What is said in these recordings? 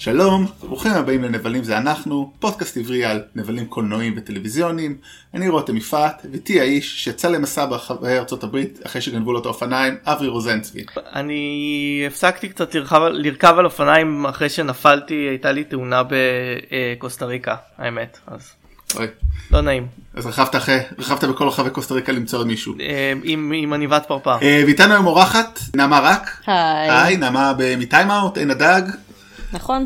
שלום, ברוכים הבאים לנבלים זה אנחנו, פודקאסט עברי על נבלים קולנועיים וטלוויזיונים. אני רותם יפעת, ואיתי האיש שיצא למסע ברחבי ארצות הברית אחרי שגנבו לו את האופניים, אברי רוזנצבי. אני הפסקתי קצת לרכב על אופניים אחרי שנפלתי, הייתה לי תאונה בקוסטה ריקה, האמת, אז לא נעים. אז רכבת בכל רחבי קוסטה ריקה למצוא מישהו. עם עניבת פרפר. ואיתנו היום אורחת, נעמה רק. היי. נעמה מטיימאוט, אין הדג. נכון,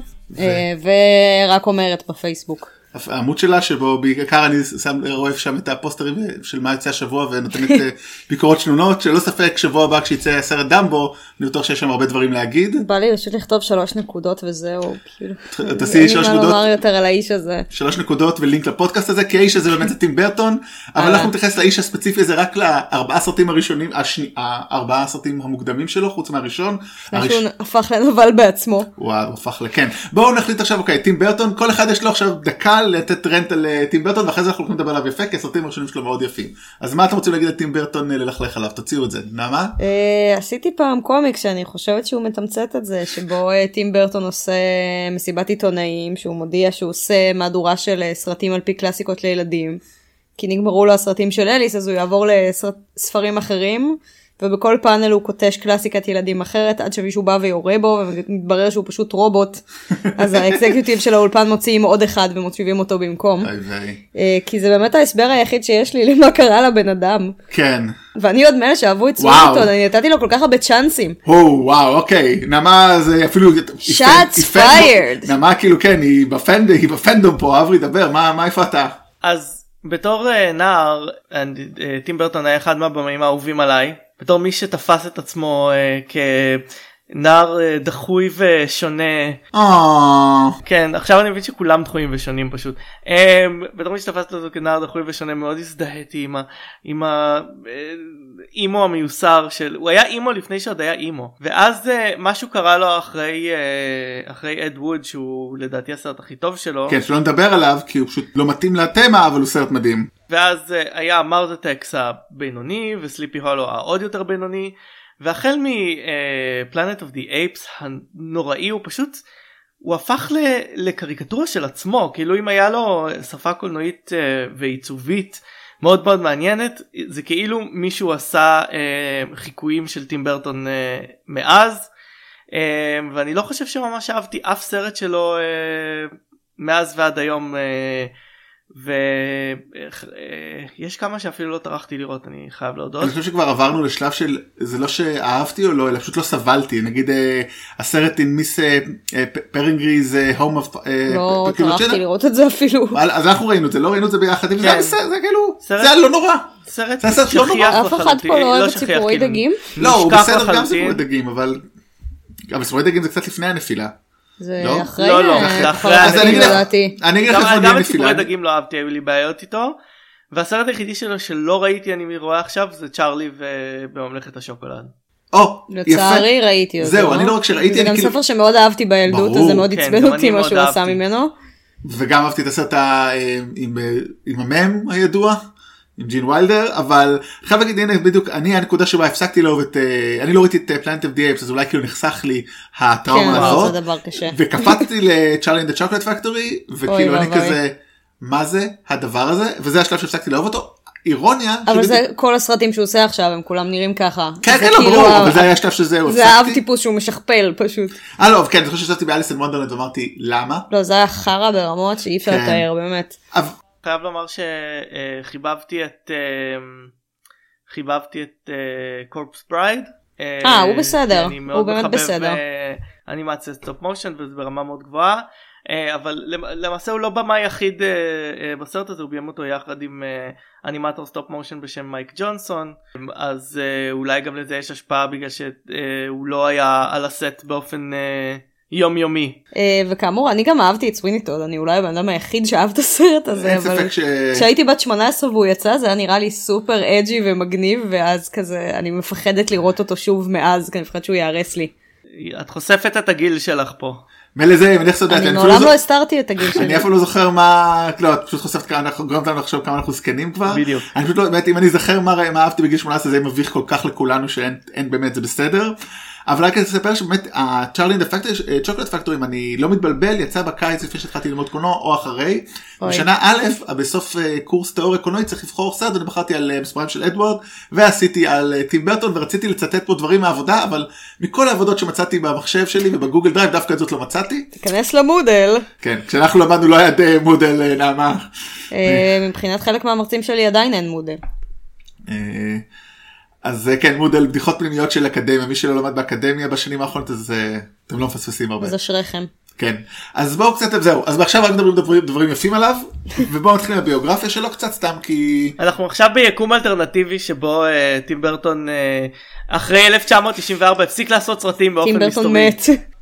ורק אומרת בפייסבוק. העמוד שלה שבו בעיקר אני רואה שם את הפוסטרים של מה יצא השבוע ונותנת ביקורות שנונות, שלא ספק שבוע הבא כשיצא הסרט דמבו, אני בטוח שיש שם הרבה דברים להגיד. בא לי פשוט לכתוב 3 נקודות וזהו, כאילו. תעשי 3 נקודות. אין מה לומר יותר על האיש הזה. 3 נקודות ולינק לפודקאסט הזה, כי האיש הזה באמת זה טים ברטון, אבל אנחנו מתייחס לאיש הספציפי הזה רק ל4 הסרטים הראשונים, 4 הסרטים המוקדמים שלו, חוץ מהראשון. שהוא הפך לנבל בעצמו. וואו, הפך לכן. בואו נחליט עכשיו, אוקיי, טים ברטון, כל אחד יש לו עכשיו דקה לתת רנט על טים ברטון, ואחרי זה אנחנו הולכים לדבר עליו יפה, כי הסרטים הראשונים שלו מאוד יפים. אז מה אתם רוצים להגיד על טים ברטון ללכלך עליו? תוציאו את זה. נעמה? עשיתי פעם קומיק שאני חושבת שהוא מתמצת את זה, שבו טים ברטון עושה מסיבת עיתונאים, שהוא מודיע שהוא עושה מהדורה של סרטים על פי קלאסיקות לילדים, כי נגמרו לו הסרטים של אליס, אז הוא יעבור לספרים אחרים, ובכל פאנל הוא קוטש קלאסיקת ילדים אחרת, עד שמישהו בא ויורה בו, ומתברר שהוא פשוט רובוט, אז האקזקיוטיב של האולפן מוציאים עוד אחד, ומוציאים אותו במקום. כי זה באמת ההסבר היחיד שיש לי, למה קרה לבן אדם. כן. ואני עוד מאלה שאהבו את סוויטון, אני נתתי לו כל כך הרבה צ'אנסים. וואו, אוקיי. נעמה זה אפילו... Shots fired. נעמה כאילו כן, היא בפנדום פה, אברי דבר, מה הפעת? אז בתור נער, טים ברטון היה אחד מהבמאים האהובים עליי, בתור מי שתפס את עצמו כנער דחוי ושונה. כן, עכשיו אני מבין שכולם דחויים ושונים פשוט. בתור מי שתפס את עצמו כנער דחוי ושונה, מאוד הזדהיתי עם האימו המיוסר של... הוא היה אימו לפני שעוד היה אימו. ואז משהו קרה לו אחרי אד ווד, שהוא לדעתי הסרט הכי טוב שלו. כן, שלא נדבר עליו, כי הוא פשוט לא מתאים לתמה, אבל הוא סרט מדהים. ואז היה מארס אטקס הבינוני וסליפי הולו העוד יותר בינוני, והחל מפלנט אוף די אייפס הנוראי הוא הפך לקריקטורה של עצמו, כאילו אם היה לו שפה קולנועית ועיצובית מאוד מאוד מעניינת, זה כאילו מישהו עשה חיקויים של טים ברטון מאז, ואני לא חושב שממש אהבתי אף סרט שלו מאז ועד היום, ויש כמה שאפילו לא טרחתי לראות, אני חייב להודות. אני חושב שכבר עברנו לשלב של זה לא שאהבתי או לא, אלא פשוט לא סבלתי. נגיד הסרט עם מיס פרינגריז הום אוף... לא טרחתי לראות את זה אפילו. אז אנחנו ראינו את זה, לא ראינו את זה ביחד, זה כאילו, זה היה לא נורא. סרט לא נורא. אף אחד פה לא אוהב את סיפורי דגים? לא, הוא בסדר גם סיפורי דגים, אבל סיפורי דגים זה קצת לפני הנפילה. זה אחרי אני אגיד לך גם את סיפורי דגים לא אהבתי, היו לי בעיות איתו, והסרט היחידי שלו שלא ראיתי, אני רואה עכשיו, זה צ'ארלי בממלכת השוקולד. לצערי ראיתי אותו. זהו, אני לא רק שראיתי, זה גם ספר שמאוד אהבתי בילדות, אז זה מאוד עצבן אותי מה שהוא עשה ממנו. וגם אהבתי את הסרט עם המם הידוע, עם ג'ין ויילדר, אבל חייב להגיד, הנה בדיוק, הנקודה שבה הפסקתי לאהוב אני לא ראיתי את פלנט אוף די אייפס, אז אולי כאילו נחסך לי הטראומה הזאת. כן, זה דבר קשה. וקפצתי לצ'ארלי אנד דה צ'וקולד פקטורי, וכאילו אני כזה, מה זה הדבר הזה? וזה השלב שהפסקתי לאהוב אותו. אירוניה. אבל זה כל הסרטים שהוא עושה עכשיו, הם כולם נראים ככה. כן, כן, לא ברור, אבל זה היה השלב שזהו. זה אהב טיפוס שהוא משכפל פשוט. לא, כן, אני חושב ששתתי באליס אין וונדרלנד ואמרתי, למה? לא, זה היה חרא ברמות שאי אפשר לתאר, באמת. חייב לומר שחיבבתי את קורפס ברייד. הוא בסדר, הוא באמת בסדר. אנימציה סטופ מושן וזה ברמה מאוד גבוהה, אבל למעשה הוא לא במה יחיד בסרט הזה, הוא ביים אותו יחד עם אנימטור סטופ מושן בשם מייק ג'ונסון, אז אולי גם לזה יש השפעה בגלל שהוא לא היה על הסט באופן יומיומי. וכאמור, אני גם אהבתי את סוויני טוד, אני אולי הבן אדם היחיד שאהב את הסרט הזה, אבל כשהייתי בת 18 והוא יצא, זה היה נראה לי סופר אג'י ומגניב, ואז כזה, אני מפחדת לראות אותו שוב מאז, כי אני מפחדת שהוא יערס לי. את חושפת את הגיל שלך פה. מלזה, אני מעולם לא הסתרתי את הגיל שלי. אני אף לא זוכר מה, לא, את פשוט חושפת, אנחנו גורמת לנו לחשוב כמה אנחנו זקנים כבר. בדיוק. אני פשוט לא, באמת, אם אני זוכר מה אהבתי בגיל 18, זה מביך כל כך לכולנו שאין באמת, זה בסדר. אבל רק אספר שבאמת הצ'ארלי אנד צ'וקולט פקטורי, אם אני לא מתבלבל, יצא בקיץ לפני שהתחלתי ללמוד קולנוע או אחרי. בשנה א', בסוף קורס תיאוריה קולנועית צריך לבחור סרט, אני בחרתי על מספרים של אדוארד, ועשיתי על טים ברטון, ורציתי לצטט פה דברים מהעבודה, אבל מכל העבודות שמצאתי במחשב שלי ובגוגל דרייב, דווקא את זאת לא מצאתי. תיכנס למודל. כן, כשאנחנו למדנו לא היה מודל, נעמה. מבחינת חלק מהמרצים שלי עדיין אין מודל. אז כן, מודל, בדיחות פנימיות של אקדמיה, מי שלא למד באקדמיה בשנים האחרונות, אז אתם לא מפספסים הרבה. אז אשריכם. כן, אז בואו קצת, זהו, אז עכשיו רק מדברים דברים יפים עליו, ובואו נתחיל עם הביוגרפיה שלו קצת סתם כי... אנחנו עכשיו ביקום אלטרנטיבי שבו טים ברטון אחרי 1994 הפסיק לעשות סרטים באופן מסתורי. טים ברטון מת.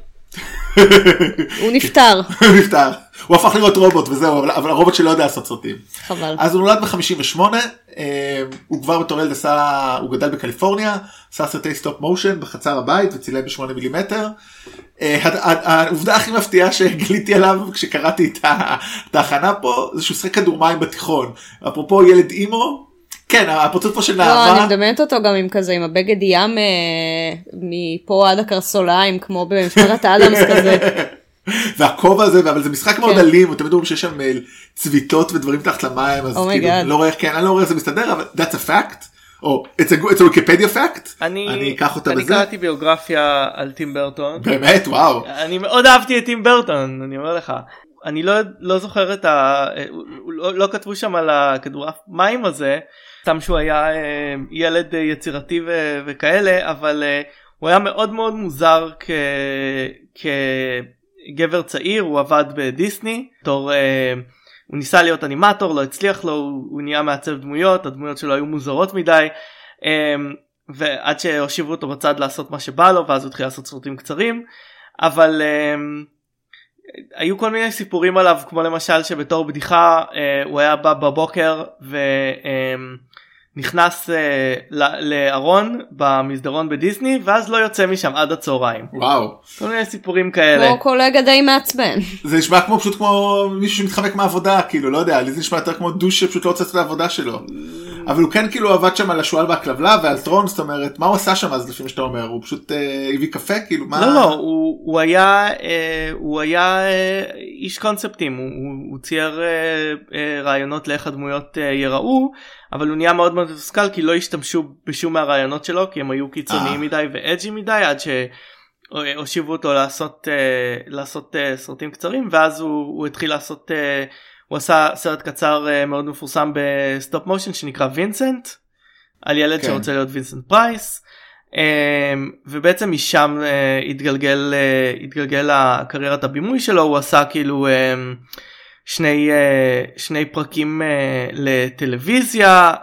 הוא נפטר. הוא נפטר. הוא הפך לראות רובוט וזהו, אבל הרובוט שלא יודע לעשות סרטים. חבל. אז הוא נולד ב-58, הוא כבר בתור ילד הוא גדל בקליפורניה, עשה סרטי סטופ מושן בחצר הבית וצילם ב8 מילימטר. העובדה הכי מפתיעה שגיליתי עליו כשקראתי את ההכנה פה, זה שהוא שחק כדור מים בתיכון. אפרופו ילד אימו, כן, הפרצוף פה של נעמה. לא, אני מדמיינת אותו גם עם כזה, עם הבגד ים מפה עד הקרסוליים, כמו במשפחת האדמס כזה. והכובע הזה, אבל זה משחק מאוד אלים, אתם יודעים שיש שם צביטות ודברים תחת למים, אז כאילו, אני לא רואה איך זה מסתדר, אבל that's a fact, או it's a Wikipedia fact, אני אקח אותה בזה. אני קראתי ביוגרפיה על טים ברטון. באמת, וואו. אני מאוד אהבתי את טים ברטון, אני אומר לך. אני לא זוכר לא כתבו שם על הכדור מים הזה, סתם שהוא היה ילד יצירתי וכאלה, אבל הוא היה מאוד מאוד מוזר כגבר צעיר, הוא עבד בדיסני, הוא ניסה להיות אנימטור, לא הצליח לו, הוא נהיה מעצב דמויות, הדמויות שלו היו מוזרות מדי, ועד שהושיבו אותו בצד לעשות מה שבא לו, ואז הוא התחיל לעשות סרטים קצרים, אבל היו כל מיני סיפורים עליו, כמו למשל שבתור בדיחה הוא היה בא בבוקר ונכנס לארון במסדרון בדיסני, ואז לא יוצא משם עד הצהריים. וואו. כל מיני סיפורים כאלה. כמו קולגה די מעצבן. זה נשמע פשוט כמו מישהו שמתחמק מהעבודה, כאילו, לא יודע, לי זה נשמע יותר כמו דוש שפשוט לא רוצה לעשות את העבודה שלו. אבל הוא כן כאילו עבד שם על השואל והכלבלה ועל טרון, זאת אומרת, מה הוא עשה שם אז לפי מה שאתה אומר? הוא פשוט הביא קפה, כאילו, מה? לא, הוא היה איש קונספטים, הוא צייר רעיונות לאיך הדמויות יראו, אבל הוא נהיה מאוד מאוד מתוסכל, כי לא השתמשו בשום מהרעיונות שלו, כי הם היו קיצוניים מדי ואג'י מדי, עד שהושיבו אותו לעשות סרטים קצרים, ואז הוא התחיל לעשות... הוא עשה סרט קצר מאוד מפורסם בסטופ מושן שנקרא וינסנט, על ילד שרוצה להיות וינסנט פרייס, ובעצם משם התגלגל הקריירת הבימוי שלו. הוא עשה כאילו שני פרקים לטלוויזיה,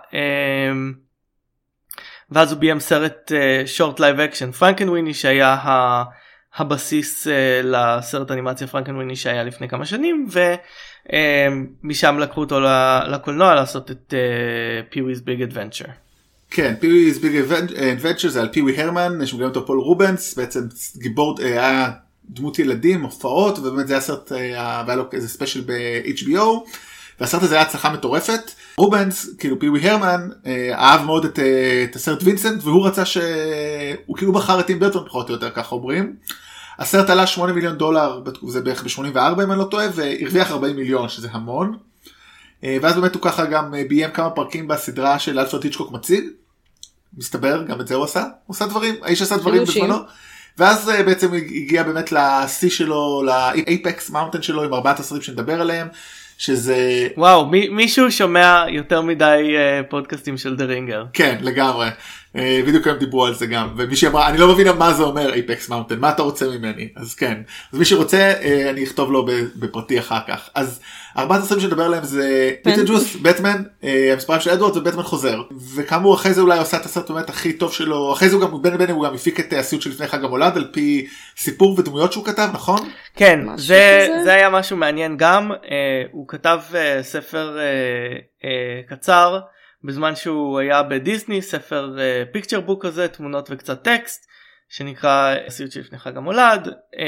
ואז הוא ביים סרט שורט לייב אקשן פרנקנוויני, שהיה הבסיס לסרט אנימציה פרנקנוויני שהיה לפני כמה שנים, ומשם לקחו אותו לקולנוע לעשות את פי-ווי's ביג אדוונצ'ר. כן, פי-ווי's ביג אדוונצ'ר זה על פי-ווי הרמן, שמגלים אותו פול רובנס, בעצם גיבור, היה דמות ילדים, הופעות, ובאמת זה היה סרט, והיה לו איזה ספיישל ב-HBO, והסרט הזה היה הצלחה מטורפת. רובנס, כאילו פי-ווי הרמן, אהב מאוד את הסרט וינסנט, והוא רצה הוא כאילו בחר את טים ברטון פחות או יותר, ככה אומרים. הסרט עלה $8 מיליון, זה בערך ב-84 אם אני לא טועה, והרוויח 40 מיליון, שזה המון. ואז באמת הוא ככה גם ביים כמה פרקים בסדרה של אלפרד היצ'קוק מציג. מסתבר, גם את זה הוא עשה. הוא עשה דברים, האיש עשה דברים בזמנו. ואז בעצם הגיע באמת לשיא שלו, לאייפקס מאונטן שלו, עם 4 הסרטים שנדבר עליהם. שזה... וואו, מישהו שומע יותר מדי פודקאסטים של דה רינגר. כן, לגמרי. בדיוק הם דיברו על זה גם. ומישהי אמרה, אני לא מבינה מה זה אומר אייפקס מאונטן, מה אתה רוצה ממני? אז כן. אז מי שרוצה, אני אכתוב לו בפרטי אחר כך. אז 4 הסרטים שנדבר עליהם זה ביטלג'וס, בטמן, המספרים של אדוארד ובטמן חוזר. וכאמור, אחרי זה אולי עושה את הסרט באמת הכי טוב שלו. אחרי זה הוא גם, בין הוא גם הפיק את הסיוט של לפני חג המולד, על פי סיפור ודמויות שהוא כתב, נכון? כן, זה היה משהו מעניין גם. הוא כתב ספר קצר בזמן שהוא היה בדיסני, ספר פיקצ'ר בוק כזה, תמונות וקצת טקסט, שנקרא הסיוט של לפני חג המולד,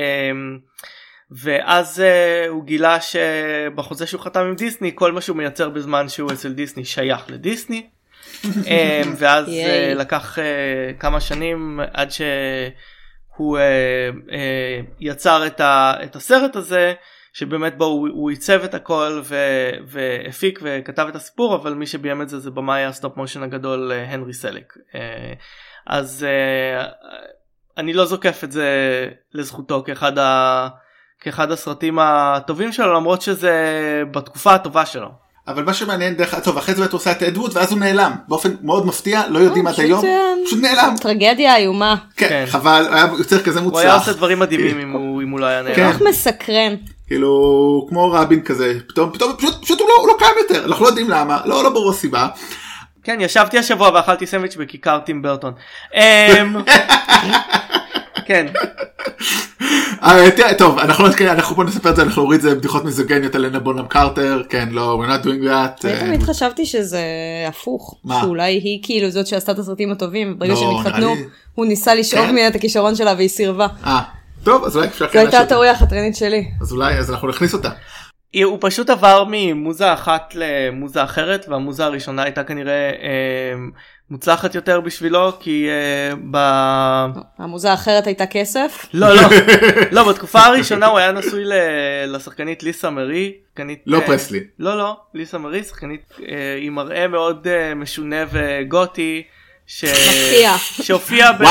ואז הוא גילה שבחוזה שהוא חתם עם דיסני, כל מה שהוא מייצר בזמן שהוא אצל דיסני שייך לדיסני, ואז לקח כמה שנים עד הוא יצר את הסרט הזה, שבאמת בו הוא ייצב את הכל והפיק וכתב את הסיפור, אבל מי שביים את זה במאי הסטופ מושן הגדול הנרי סליק. אז אני לא זוקף את זה לזכותו כאחד הסרטים הטובים שלו, למרות שזה בתקופה הטובה שלו. אבל מה שמעניין טוב, אחרי זה הוא עושה את אדווד ואז הוא נעלם באופן מאוד מפתיע, לא יודעים עד היום, פשוט נעלם. טרגדיה איומה. כן, חבל, היה יוצר כזה מוצלח. הוא היה עושה דברים מדהימים אם הוא לא היה נעלם. איך מסקרן. כאילו כמו רבין כזה, פתאום פשוט הוא לא קיים יותר, אנחנו לא יודעים למה, לא ברור הסיבה. כן, ישבתי השבוע ואכלתי סנדוויץ' בכיכר טים ברטון. כן. טוב, אנחנו פה נספר את זה, אנחנו נוריד את זה בדיחות מיזוגניות על לנה בונהאם קרטר, כן, לא, we're not doing that. אני תמיד חשבתי שזה הפוך, שאולי היא כאילו זאת שעשתה את הסרטים הטובים, ברגע שהם התחתנו, הוא ניסה לשאוב ממנה את הכישרון שלה והיא סירבה. טוב, אז אולי אפשר זו הייתה התיאוריה החתרנית שלי. אז אנחנו נכניס אותה. הוא פשוט עבר ממוזה אחת למוזה אחרת, והמוזה הראשונה הייתה כנראה מוצלחת יותר בשבילו, כי המוזה האחרת הייתה כסף? לא, בתקופה הראשונה הוא היה נשוי לשחקנית ליסה מרי. לא פרסלי. לא, ליסה מרי, שחקנית עם מראה מאוד משונה וגותי, שהופיע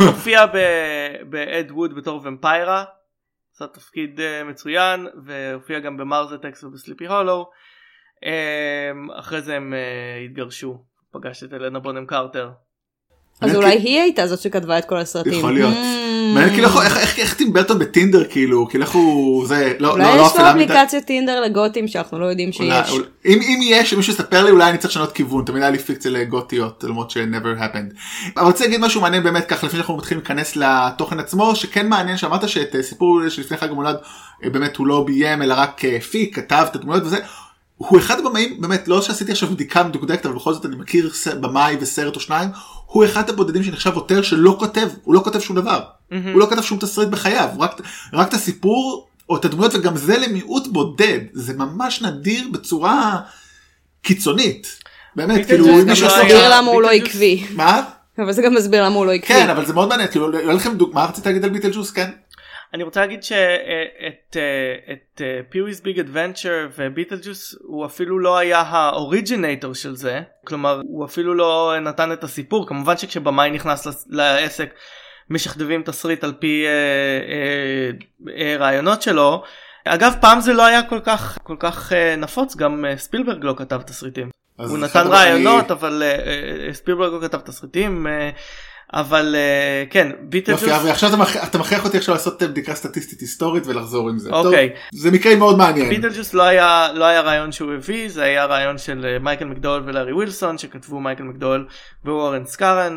באד ווד בתור ומפיירה, עשה תפקיד מצוין, והופיע גם במארס אטקס ובסליפי הולו. אחרי זה הם התגרשו, פגש את לנה בונהאם קרטר. אז אולי היא הייתה זאת שכתבה את כל הסרטים. יכול להיות. איך טים ברטון בטינדר כאילו הוא זה לא אולי יש לו אפליקציות טינדר לגותים שאנחנו לא יודעים שיש. אם יש מישהו יספר לי, אולי אני צריך לשנות כיוון, תמיד היה לי פיקציה לגותיות למרות ש-never happened. אבל רוצה להגיד משהו מעניין באמת כך לפני שאנחנו מתחילים להיכנס לתוכן עצמו, שכן מעניין שאמרת שאת סיפור שלפני חג המולד באמת הוא לא ביים אלא רק פיק, כתב את הדמויות וזה. הוא אחד הבמאים, באמת, לא שעשיתי עכשיו בדיקה מדוקדקת, אבל בכל זאת אני מכיר במאי וסרט או שניים, הוא אחד הבודדים שנחשב יותר שלא כותב, הוא לא כותב שום דבר. הוא לא כתב שום תסריט בחייו, רק את הסיפור או את הדמויות, וגם זה למיעוט בודד. זה ממש נדיר בצורה קיצונית. באמת, כאילו, זה גם מסביר למה הוא לא עקבי. מה? אבל זה גם מסביר למה הוא לא עקבי. כן, אבל זה מאוד מעניין, כאילו, לא לכם דוגמה, רצית להגיד על ביטלג'וס, כן? אני רוצה להגיד שאת פיווי's ביג אדוונצ'ר וביטלג'וס הוא אפילו לא היה האוריג'ינטור של זה, כלומר הוא אפילו לא נתן את הסיפור. כמובן שכשבמאי נכנס לעסק משכתבים תסריט על פי רעיונות שלו. אגב, פעם זה לא היה כל כך נפוץ, גם ספילברג לא כתב תסריטים. הוא נתן רעיונות, אבל ספילברג לא כתב תסריטים. אבל כן, ביטלג'וס... יופי, ועכשיו אתה מכריח אותי עכשיו לעשות בדיקה סטטיסטית היסטורית ולחזור עם זה. אוקיי. זה מקרה מאוד מעניין. ביטלג'וס לא היה רעיון שהוא הביא, זה היה רעיון של מייקל מקדואל ולארי ווילסון, שכתבו מייקל מקדואל ואורן סקארן,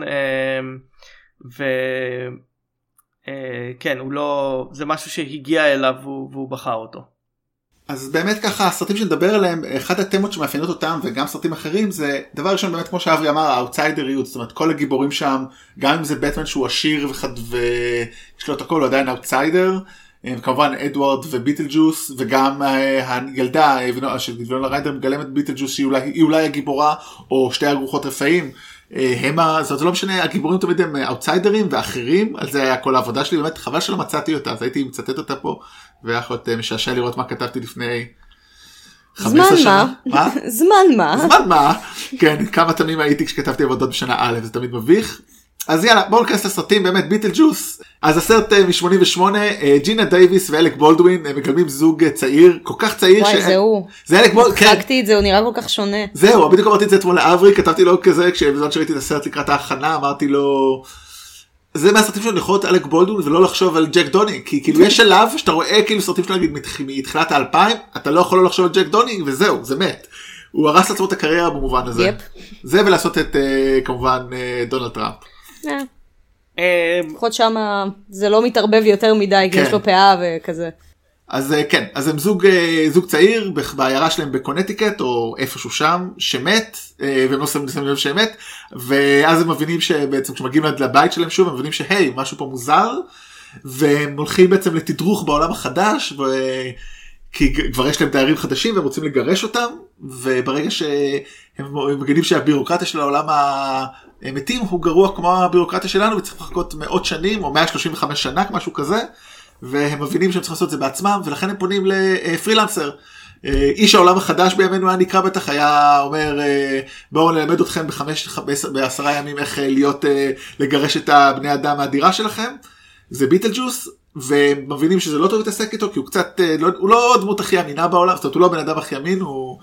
וכן, זה משהו שהגיע אליו והוא בחר אותו. אז באמת ככה, הסרטים שנדבר עליהם, אחד התמות שמאפיינות אותם וגם סרטים אחרים, זה דבר ראשון באמת כמו שאברי אמר, האוטסיידריות, זאת אומרת כל הגיבורים שם, גם אם זה בטמן שהוא עשיר ויש לו את הכל, הוא עדיין אוטסיידר, וכמובן אדוארד וביטלג'וס, וגם הילדה של וינונה ריידר מגלמת ביטלג'וס שהיא אולי הגיבורה, או שתי הגרוחות רפאים, זאת לא משנה, הגיבורים תמיד הם אוטסיידרים ואחרים, על זה היה כל העבודה שלי, באמת חבל שלא מצאתי אותה, אז הייתי מצטט אותה פה, והיה יכול להיות משעשע לראות מה כתבתי לפני 15 שנה. זמן מה? כן, כמה תמים הייתי כשכתבתי עבודות בשנה א', זה תמיד מביך. אז יאללה, בואו נכנס לסרטים, באמת ביטלג'וס. אז הסרט מ-88, ג'ינה דייביס ואלק בולדווין, הם מגלמים זוג צעיר, כל כך צעיר. וואי, זה הוא. זה אלק בולדווין. חגתי את זה, הוא נראה כל כך שונה. זהו, בדיוק אמרתי את זה אתמול לאברי, כתבתי לו כזה, כשבזמן שראיתי את הסרט לקראת ההכנה, אמרתי לו... זה מהסרטים שלנו יכול להיות אלק בולדווין ולא לחשוב על ג'ק דוני, כי כאילו יש שלב שאתה רואה כאילו סרטים שלנו מתחילת ה-2000, אתה לא יכול לא לחשוב על ג'ק דוני וזהו, זה מת. הוא הרס לעצמו את הקריירה במובן הזה. זה ולעשות את כמובן דונלד טראמפ. לפחות שם זה לא מתערבב יותר מדי, כי יש לו פאה וכזה. אז כן, אז הם זוג צעיר בעיירה שלהם בקונטיקט או איפשהו שם שמת, והם לא שמים לב שמת, ואז הם מבינים שבעצם כשמגיעים לבית שלהם שוב הם מבינים שהי, משהו פה מוזר, והם הולכים בעצם לתדרוך בעולם החדש, כי כבר יש להם דיירים חדשים והם רוצים לגרש אותם, וברגע שהם מגנים שהבירוקרטיה של העולם מתים, הוא גרוע כמו הבירוקרטיה שלנו, וצריך לחכות מאות שנים, או 135 שנה, משהו כזה, והם מבינים שהם צריכים לעשות את זה בעצמם, ולכן הם פונים לפרילנסר. איש העולם החדש בימינו היה נקרא בטח, היה אומר, בואו נלמד אתכם ב10 ימים איך לגרש את הבני אדם מהדירה שלכם. זה ביטלג'וס, והם מבינים שזה לא טוב להתעסק איתו, כי הוא קצת, הוא לא דמות הכי אמינה בעולם, זאת אומרת, הוא לא בן אדם הכי אמין, הוא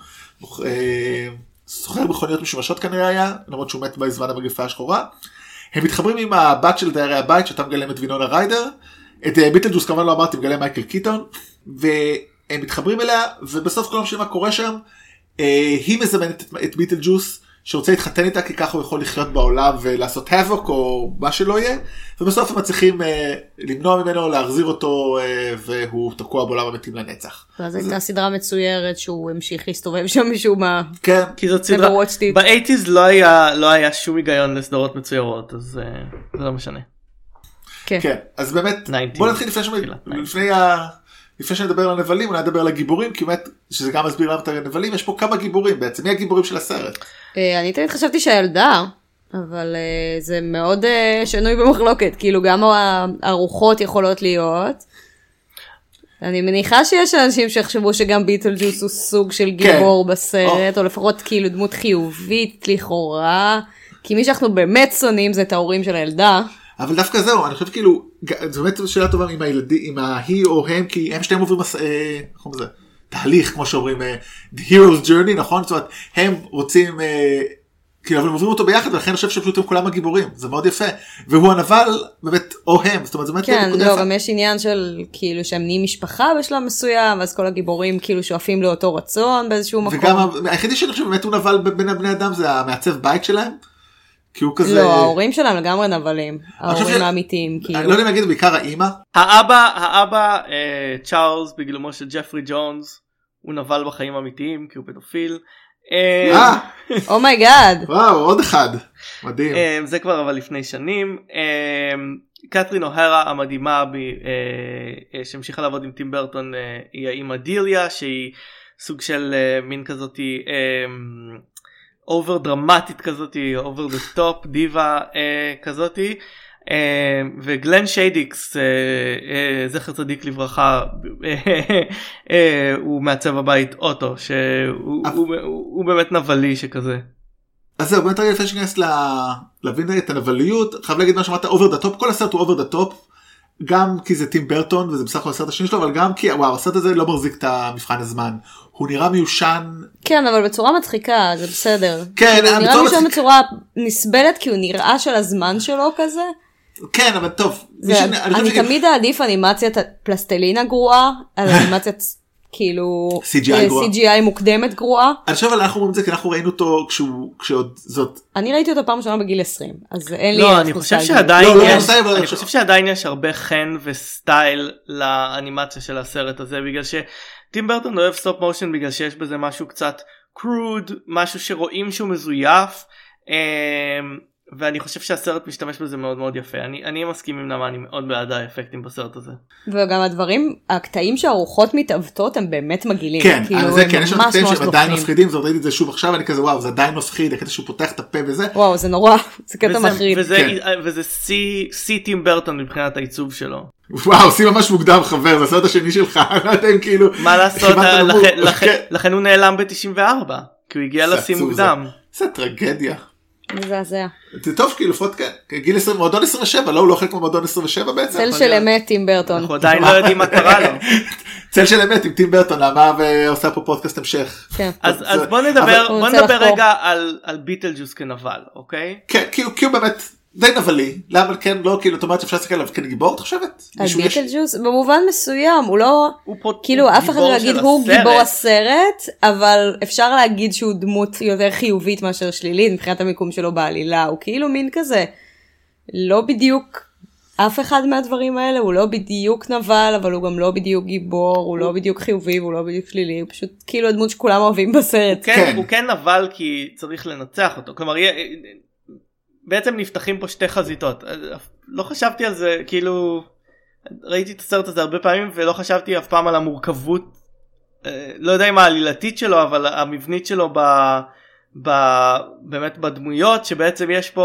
סוחר מכוניות משומשות כנראה היה, למרות שהוא מת בזמן המגפה השחורה. הם מתחברים עם הבת של דיירי הבית, שאתה מגלם את וינונה ריידר, את ביטלג'וס כמובן לא אמרתי, מגלם מייקל קיטון, והם מתחברים אליה, ובסוף כל מה קורה שם, היא מזמנת את ביטלג'וס, שרוצה להתחתן איתה, כי ככה הוא יכול לחיות בעולם ולעשות havoc או מה שלא יהיה, ובסוף הם מצליחים למנוע ממנו, להחזיר אותו, והוא תקוע בעולם המתים לנצח. אז הייתה סדרה מצוירת שהוא המשיך להסתובב שם משום מה. כן. כי זאת סדרה, ב-80s לא היה שום היגיון לסדרות מצוירות, אז זה לא משנה. כן, אז באמת, בוא נתחיל לפני שנדבר על הנבלים, אולי נדבר על הגיבורים, כי באמת, שזה גם מסביר למה את הנבלים, יש פה כמה גיבורים בעצם, מי הגיבורים של הסרט? אני תמיד חשבתי שהילדה, אבל זה מאוד שנוי במחלוקת, כאילו גם הרוחות יכולות להיות. אני מניחה שיש אנשים שיחשבו שגם ביטלג'וס הוא סוג של גיבור בסרט, או לפחות כאילו דמות חיובית לכאורה, כי מי שאנחנו באמת שונאים זה את ההורים של הילדה. אבל דווקא זהו, אני חושב כאילו, זו באמת שאלה טובה עם הילדים, עם ההיא או הם, כי הם שתיהם עוברים תהליך, כמו שאומרים, the hero's journey, נכון? זאת אומרת, הם רוצים, כאילו, אבל הם עוברים אותו ביחד, ולכן אני חושב שפשוט הם כולם הגיבורים, זה מאוד יפה. והוא הנבל, באמת, או הם, זאת אומרת, זה באמת כן, לא, גם יש עניין של, כאילו, שהם נהיים משפחה בשלב מסוים, אז כל הגיבורים, כאילו, שואפים לאותו רצון באיזשהו מקום. וגם, היחידי שאני חושב, באמת הוא נבל בין הבני אדם, זה המעצב בית שלהם. כי הוא כזה... לא, ההורים שלהם לגמרי נבלים, ההורים האמיתיים, כאילו. אני לא יודע אם אגיד, בעיקר האמא. האבא, צ'ארלס, בגלומו של ג'פרי ג'ונס, הוא נבל בחיים אמיתיים, כי הוא פדופיל. אומייגאד. וואו, עוד אחד. מדהים. זה כבר אבל לפני שנים. קתרין אוהרה המדהימה, שהמשיכה לעבוד עם טים ברטון, היא האמא דיליה, שהיא סוג של מין כזאתי... אובר דרמטית כזאתי, אובר דה טופ, דיבה כזאתי, וגלן שיידיקס, זכר צדיק לברכה, הוא מעצב הבית אוטו, שהוא באמת נבלי שכזה. אז זהו, באמת רגע לפני שניכנס להבין את הנבליות, חייב להגיד מה שאמרת, אובר דה טופ, כל הסרט הוא אובר דה טופ, גם כי זה טים ברטון, וזה בסך הכל הסרט השני שלו, אבל גם כי, וואו, הסרט הזה לא מחזיק את המבחן הזמן. הוא נראה מיושן. כן, אבל בצורה מצחיקה, זה בסדר. כן, הוא נראה מיושן בצורה נסבלת, כי הוא נראה של הזמן שלו כזה. כן, אבל טוב. אני תמיד אעדיף אנימציית פלסטלינה גרועה, על אנימציית כאילו CGI מוקדמת גרועה. אני חושב, אבל אנחנו אומרים את זה, כי אנחנו ראינו אותו כשעוד זאת. אני ראיתי אותו פעם ראשונה בגיל 20, אז אין לי... לא, אני חושב שעדיין יש הרבה חן וסטייל לאנימציה של הסרט הזה, בגלל שטים ברטון לא אוהב סטופ מושן, בגלל שיש בזה משהו קצת קרוד, משהו שרואים שהוא מזויף, ואני חושב שהסרט משתמש בזה מאוד מאוד יפה. אני מסכים עם נמה, אני מאוד בעד האפקטים בסרט הזה. וגם הדברים, הקטעים שהרוחות מתעוותות הם באמת מגעילים. כן, זה כן, יש קטעים שהם עדיין מפחידים, זה ראיתי את זה שוב עכשיו, אני כזה וואו, זה עדיין מפחיד, הקטע שהוא פותח את הפה וזה. וואו, זה נורא, זה קטע מחריד. וזה סי טים ברטון מבחינת העיצוב שלו. וואו, סי ממש מוקדם חבר, זה הסרט השני שלך, כאילו... מה לעשות, לכן הוא נעלם ב-94, כי הוא הגיע לסי מוקדם. זה טרגדיה. מזעזע. זה טוב כאילו לפחות גיל 20, מועדון 27, לא הוא לא חלק ממועדון 27 בעצם. צל של אמת טים ברטון. אנחנו עדיין לא יודעים מה קרה לו. צל של אמת עם טים ברטון, אמר ועושה פה פודקאסט המשך. אז בוא נדבר רגע על ביטלג'וס כנבל, אוקיי? כן, כי הוא באמת די נבלי, למה כן לא כאילו אתה אומרת שאפשר להסתכל עליו כגיבור, אתה חושבת? על ביטלג'וס במובן מסוים, הוא לא, כאילו אף אחד לא יגיד הוא גיבור הסרט, אבל אפשר להגיד שהוא דמות יותר חיובית מאשר שלילית, מבחינת המיקום שלו בעלילה, הוא כאילו מין כזה, לא בדיוק אף אחד מהדברים האלה, הוא לא בדיוק נבל, אבל הוא גם לא בדיוק גיבור, הוא לא בדיוק חיובי, הוא לא בדיוק שלילי, הוא פשוט כאילו הדמות שכולם אוהבים בסרט. הוא כן נבל כי צריך לנצח אותו, כלומר בעצם נפתחים פה שתי חזיתות. לא חשבתי על זה, כאילו ראיתי את הסרט הזה הרבה פעמים ולא חשבתי אף פעם על המורכבות, לא יודע אם העלילתית שלו, אבל המבנית שלו באמת בדמויות, שבעצם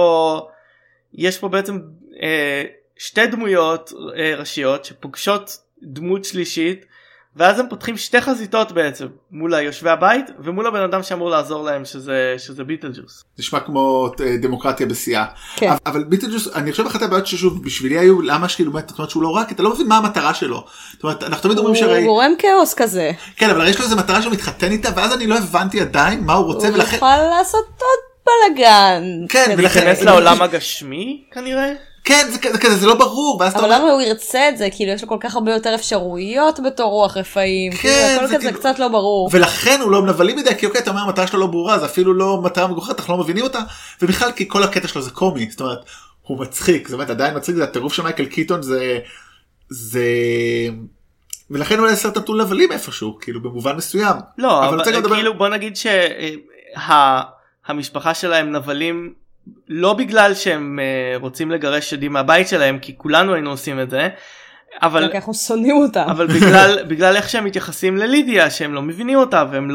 יש פה בעצם שתי דמויות ראשיות שפוגשות דמות שלישית, ואז הם פותחים שתי חזיתות בעצם, מול היושבי הבית ומול הבן אדם שאמור לעזור להם, שזה ביטלג'וס. נשמע כמו דמוקרטיה בשיאה. כן. אבל ביטלג'וס, אני חושב אחת הבעיות ששוב, בשבילי היו, למה שכאילו, זאת אומרת שהוא לא רק, אתה לא מבין מה המטרה שלו. זאת אומרת, אנחנו תמיד אומרים שהרי... הוא גורם כאוס כזה. כן, אבל יש לו איזה מטרה שהוא מתחתן איתה, ואז אני לא הבנתי עדיין מה הוא רוצה, הוא יוכל לעשות עוד בלגן. כן, ולהיכנס לעולם הגשמי כנראה? כן, זה לא ברור. אבל למה הוא ירצה את זה? כאילו יש לו כל כך הרבה יותר אפשרויות בתור רוח רפאים. כן, הכל כזה קצת לא ברור. ולכן הוא לא מנבלים מדי, כי אוקיי, אתה אומר, המטרה שלו לא ברורה, זה אפילו לא מטרה מגוחכת, אנחנו לא מבינים אותה, ובכלל כי כל הקטע שלו זה קומי, זאת אומרת, הוא מצחיק, זאת אומרת, עדיין מצחיק, זה הטירוף של מייקל קיטון, זה... ולכן אולי סרט נתון לבלים איפשהו, כאילו במובן מסוים. לא, אבל כאילו בוא נגיד שהמשפחה שלהם נבלים, לא בגלל שהם רוצים לגרש שדים מהבית שלהם, כי כולנו היינו עושים את זה, אבל אנחנו שונאים אותם. אבל בגלל איך שהם מתייחסים ללידיה, שהם לא מבינים אותה, והם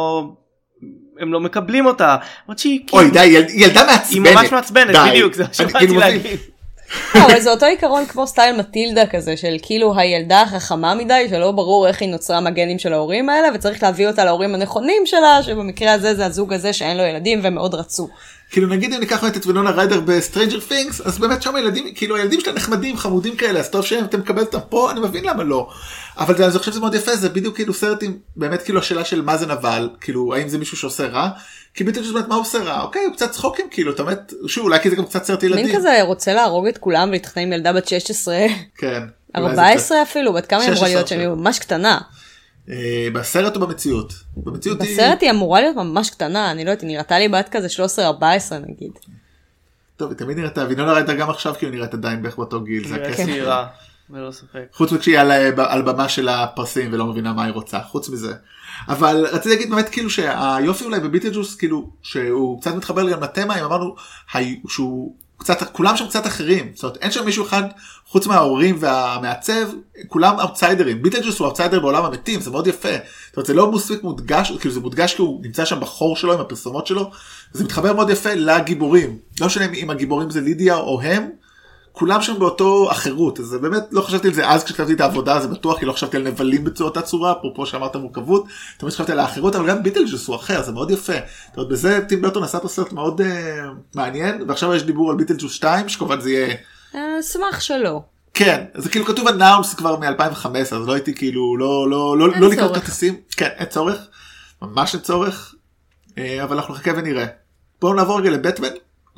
לא מקבלים אותה. אוי די, ילדה מעצבנת. היא ממש מעצבנת, בדיוק, זה שבאתי להגיד. אבל זה אותו עיקרון כמו סטייל מטילדה כזה, של כאילו הילדה החכמה מדי, שלא ברור איך היא נוצרה מהגנים של ההורים האלה, וצריך להביא אותה להורים הנכונים שלה, שבמקרה הזה זה הזוג הזה שאין לו ילדים והם מאוד רצו. כאילו נגיד אם ניקח את וינונה ריידר בסטרנג'ר פינגס, אז באמת שם הילדים, כאילו הילדים שלה נחמדים, חמודים כאלה, אז טוב שאתם מקבלת אותם פה, אני מבין למה לא. אבל אני חושב שזה מאוד יפה, זה בדיוק כאילו סרטים, באמת כאילו השאלה של מה זה נבל, כאילו האם זה מישהו שעושה רע, כי ביטלג'וס באמת מה הוא עושה רע, אוקיי, הוא קצת צחוקים כאילו, אתה באמת, שוב, אולי כי זה גם קצת סרט ילדים. מין כזה רוצה להרוג את כולם ולהתחתן עם ילדה בת 16, כן. 14 אפילו, בת כמה היא אמורה להיות שהיא ממש קטנה. בסרט או במציאות? בסרט היא אמורה להיות ממש קטנה, אני לא יודעת, היא נראתה לי בת כזה 13-14 נגיד. טוב, היא תמיד נראתה, וינונה ריידר גם עכשיו כאילו נראית עדיין בערך באותו גיל, זה הכסף. צעירה, ולא ספק. חוץ מכשהיא על במה של הפרסים ולא מבינה מה היא רוצה, חוץ מזה. אבל רציתי להגיד באמת כאילו שהיופי אולי בביטלג'וס כאילו שהוא קצת מתחבר גם לתמה, אם אמרנו שהוא קצת, כולם שם קצת אחרים, זאת אומרת אין שם מישהו אחד חוץ מההורים והמעצב, כולם אאוטסיידרים, ביטלג'וס הוא אאוטסיידר בעולם המתים, זה מאוד יפה, זאת אומרת זה לא מספיק מודגש, כאילו זה מודגש כי הוא נמצא שם בחור שלו עם הפרסומות שלו, זה מתחבר מאוד יפה לגיבורים, לא משנה אם הגיבורים זה לידיה או הם, כולם שם באותו אחרות, אז באמת לא חשבתי על זה אז כשכתבתי את העבודה, זה בטוח, כי לא חשבתי על נבלים באותה צורה, אפרופו שאמרת מורכבות, תמיד חשבתי על האחרות, אבל גם ביטלג'וס הוא אחר, זה מאוד יפה. זאת אומרת, בזה טים ברטון עשה פה סרט מאוד מעניין, ועכשיו יש דיבור על ביטלג'וס 2, שכמובן זה יהיה... שמח שלא. כן, זה כאילו כתוב אנאונס כבר מ-2015, אז לא הייתי כאילו, לא לקרוא כרטיסים, כן, אין צורך, ממש אין צורך, אבל אנחנו נחכה ונראה. בואו נעבור רגע לבטמן.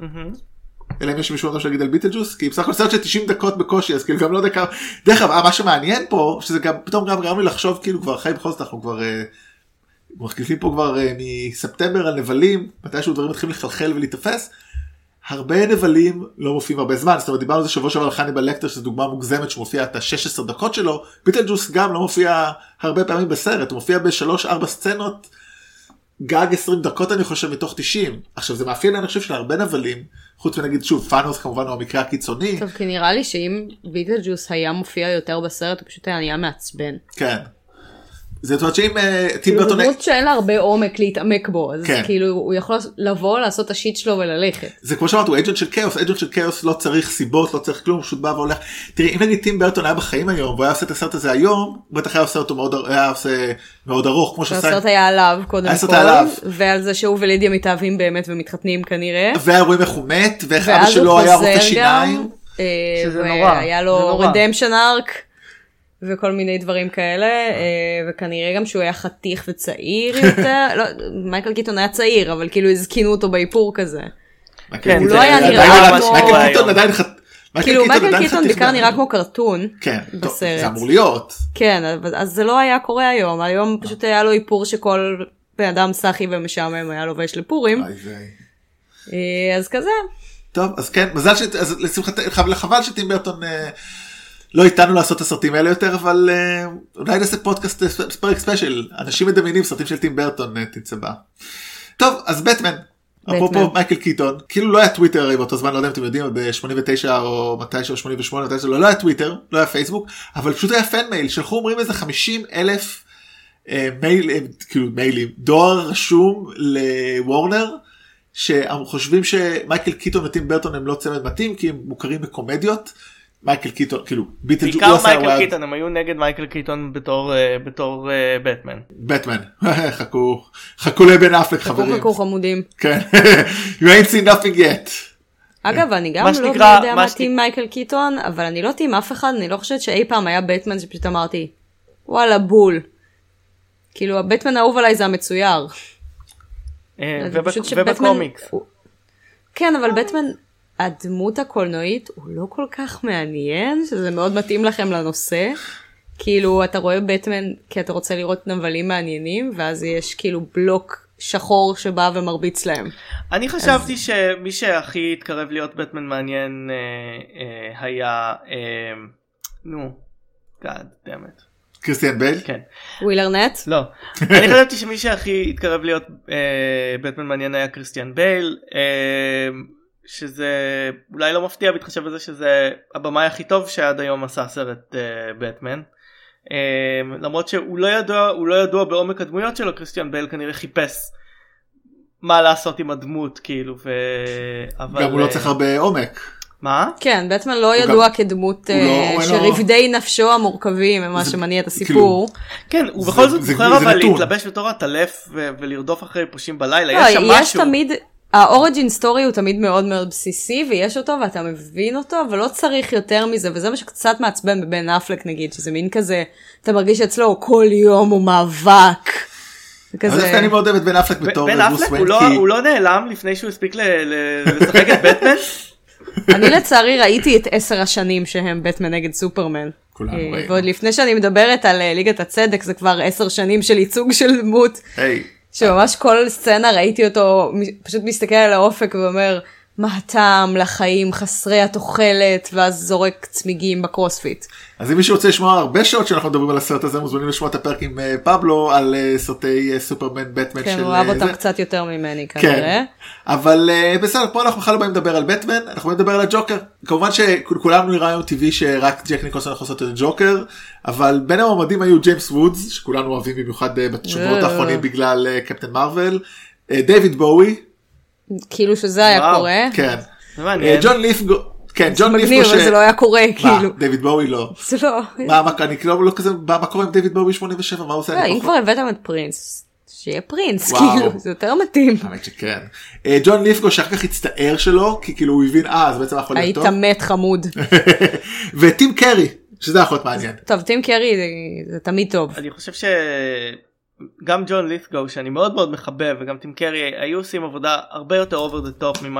אלא אם יש מישהו עוד שיגיד על ביטלג'וס, כי בסך הכל סרט של 90 דקות בקושי, אז כאילו גם לא דקה, דרך אגב, מה שמעניין פה, שזה גם, פתאום גם גרם לי לחשוב, כאילו כבר חי בכל זאת, אנחנו כבר מחליפים פה כבר מספטמבר על נבלים, מתישהו דברים מתחילים לחלחל ולהתאפס, הרבה נבלים לא מופיעים הרבה זמן, זאת אומרת, דיברנו על זה שבוע שעבר על חניבל לקטר, שזו דוגמה מוגזמת שמופיע את ה-16 דקות שלו, ביטלג'וס גם לא מופיע הרבה פעמים בסרט, הוא מופיע ב3-4 סצנות, גג 20 דקות אני חושב מתוך 90. עכשיו זה מאפיין אני חושב של הרבה נבלים, חוץ מנגיד שוב פאנוס כמובן הוא המקרה הקיצוני. טוב כי נראה לי שאם ביטלג'וס היה מופיע יותר בסרט הוא פשוט היה נהיה מעצבן. כן. זאת אומרת שאם טים ברטון... דמות שאין לה הרבה עומק להתעמק בו, אז כאילו הוא יכול לבוא לעשות את השיט שלו וללכת. זה כמו שאמרת, הוא אג'נט של כאוס, אג'נט של כאוס לא צריך סיבות, לא צריך כלום, פשוט בא והולך. תראי, אם נגיד טים ברטון היה בחיים היום, והוא היה עושה את הסרט הזה היום, בטח היה עושה אותו מאוד ארוך, כמו שעשה... הסרט היה עליו קודם כל, ועל זה שהוא ולידיה מתאהבים באמת ומתחתנים כנראה. והרואים איך הוא מת, ואיך אבא שלו היה רופא שיניים. שזה נורא. היה לו רדמפשן ארק. וכל מיני דברים כאלה, וכנראה גם שהוא היה חתיך וצעיר יותר, לא, מייקל קיטון היה צעיר, אבל כאילו הזקינו אותו באיפור כזה. הוא לא היה נראה כמו... מייקל קיטון עדיין כאילו מייקל קיטון בעיקר נראה כמו קרטון בסרט. זה אמור להיות. כן, אז זה לא היה קורה היום, היום פשוט היה לו איפור שכל בן אדם סחי ומשעמם היה לובש לפורים. אז כזה. טוב, אז כן, מזל חבל שטים ברטון... לא איתנו לעשות את הסרטים האלה יותר, אבל אולי נעשה פודקאסט פרק ספיישל, אנשים מדמיינים סרטים של טים ברטון תצא בה. טוב, אז בטמן, אפרופו מייקל קיטון, כאילו לא היה טוויטר הרי באותו זמן, לא יודע אם אתם יודעים, ב-89 או מתישהו, 88, לא היה טוויטר, לא היה פייסבוק, אבל פשוט היה פן מייל, שלחו אומרים איזה 50,000 מיילים, דואר רשום לוורנר, שחושבים שמייקל קיטון וטים ברטון הם לא צמד מתאים, כי הם מוכרים בקומדיות. מייקל קיטון, כאילו, בעיקר מייקל קיטון, הם היו נגד מייקל קיטון בתור בטמן. בטמן, חכו לבן אפלק חברים. חכו חמודים. כן, you ain't seen nothing yet. אגב, אני גם לא יודע מה טים מייקל קיטון, אבל אני לא טים אף אחד, אני לא חושבת שאי פעם היה בטמן שפשוט אמרתי, וואלה בול. כאילו, הבטמן האהוב עליי זה המצויר. ובקומיקס. כן, אבל בטמן, הדמות הקולנועית הוא לא כל כך מעניין, שזה מאוד מתאים לכם לנושא. כאילו, אתה רואה בטמן כי אתה רוצה לראות נבלים מעניינים, ואז יש כאילו בלוק שחור שבא ומרביץ להם. אני חשבתי שמי שהכי התקרב להיות בטמן מעניין היה, God damn it. קריסטיאן בייל? כן. ווילר נט? לא. אני חשבתי שמי שהכי התקרב להיות בטמן מעניין היה קריסטיאן בייל, שזה אולי לא מפתיע בהתחשב בזה שזה הבמאי הכי טוב שעד היום עשה סרט בטמן. למרות שהוא לא ידוע בעומק הדמויות שלו, קריסטיאן בייל כנראה חיפש מה לעשות עם הדמות, כאילו, גם הוא לא צריך הרבה עומק. מה? כן, בטמן לא ידוע כדמות שרבדי נפשו המורכבים הם מה שמניע את הסיפור. כן, הוא בכל זאת זוכר אבל להתלבש בתור הטלף ולרדוף אחרי פושעים בלילה, יש שם משהו. יש תמיד, האוריג'ין סטורי הוא תמיד מאוד מאוד בסיסי, ויש אותו ואתה מבין אותו, אבל לא צריך יותר מזה, וזה מה שקצת מעצבן בבן אפלק נגיד, שזה מין כזה, אתה מרגיש אצלו כל יום הוא מאבק. אז דווקא אני מאוד אוהב את בן אפלק בתור ברוס וויין. הוא לא נעלם לפני שהוא הספיק לשחק את בטמן? אני לצערי ראיתי את 10 השנים שהם בטמן נגד סופרמן. ועוד לפני שאני מדברת על ליגת הצדק, זה כבר 10 שנים של ייצוג של דמות. שממש כל סצנה ראיתי אותו פשוט מסתכל על האופק ואומר, מה הטעם לחיים חסרי התוחלת, ואז זורק צמיגים בקרוספיט. אז אם מישהו רוצה לשמוע הרבה שעות שאנחנו מדברים על הסרט הזה, מוזמנים לשמוע את הפרק עם פבלו על סרטי סופרמן, בטמן של... כן, הוא אוהב אותם קצת יותר ממני כנראה. אבל בסדר, פה אנחנו בכלל לא באים לדבר על בטמן, אנחנו באים לדבר על הג'וקר. כמובן שכולנו נראה היום טבעי שרק ג'ק ניקולסון יכול לעשות את הג'וקר, אבל בין המועמדים היו ג'יימס וודס, שכולנו אוהבים במיוחד בשבועות האחרונים בגלל קפטן מרוול, דיוויד בואי, כאילו שזה היה קורה. כן. ג'ון ליפגו. כן, ג'ון ליפגו אבל זה לא היה קורה, כאילו. דיוויד בואי לא. זה לא. אני לא כזה, מה קורה עם דיוויד בואי 87? מה הוא עושה? אם כבר הבאתם את פרינס, שיהיה פרינס, כאילו, זה יותר מתאים. האמת שכן. ג'ון ליפגו שאחר כך הצטער שלו, כי כאילו הוא הבין, זה בעצם יכול להיות טוב. היית מת חמוד. וטים קרי, שזה יכול להיות מעניין. טוב, טים קרי זה תמיד טוב. אני חושב גם ג'ון לית'גו שאני מאוד מאוד מחבב וגם טים קרי היו עושים עבודה הרבה יותר אובר דה טופ ממה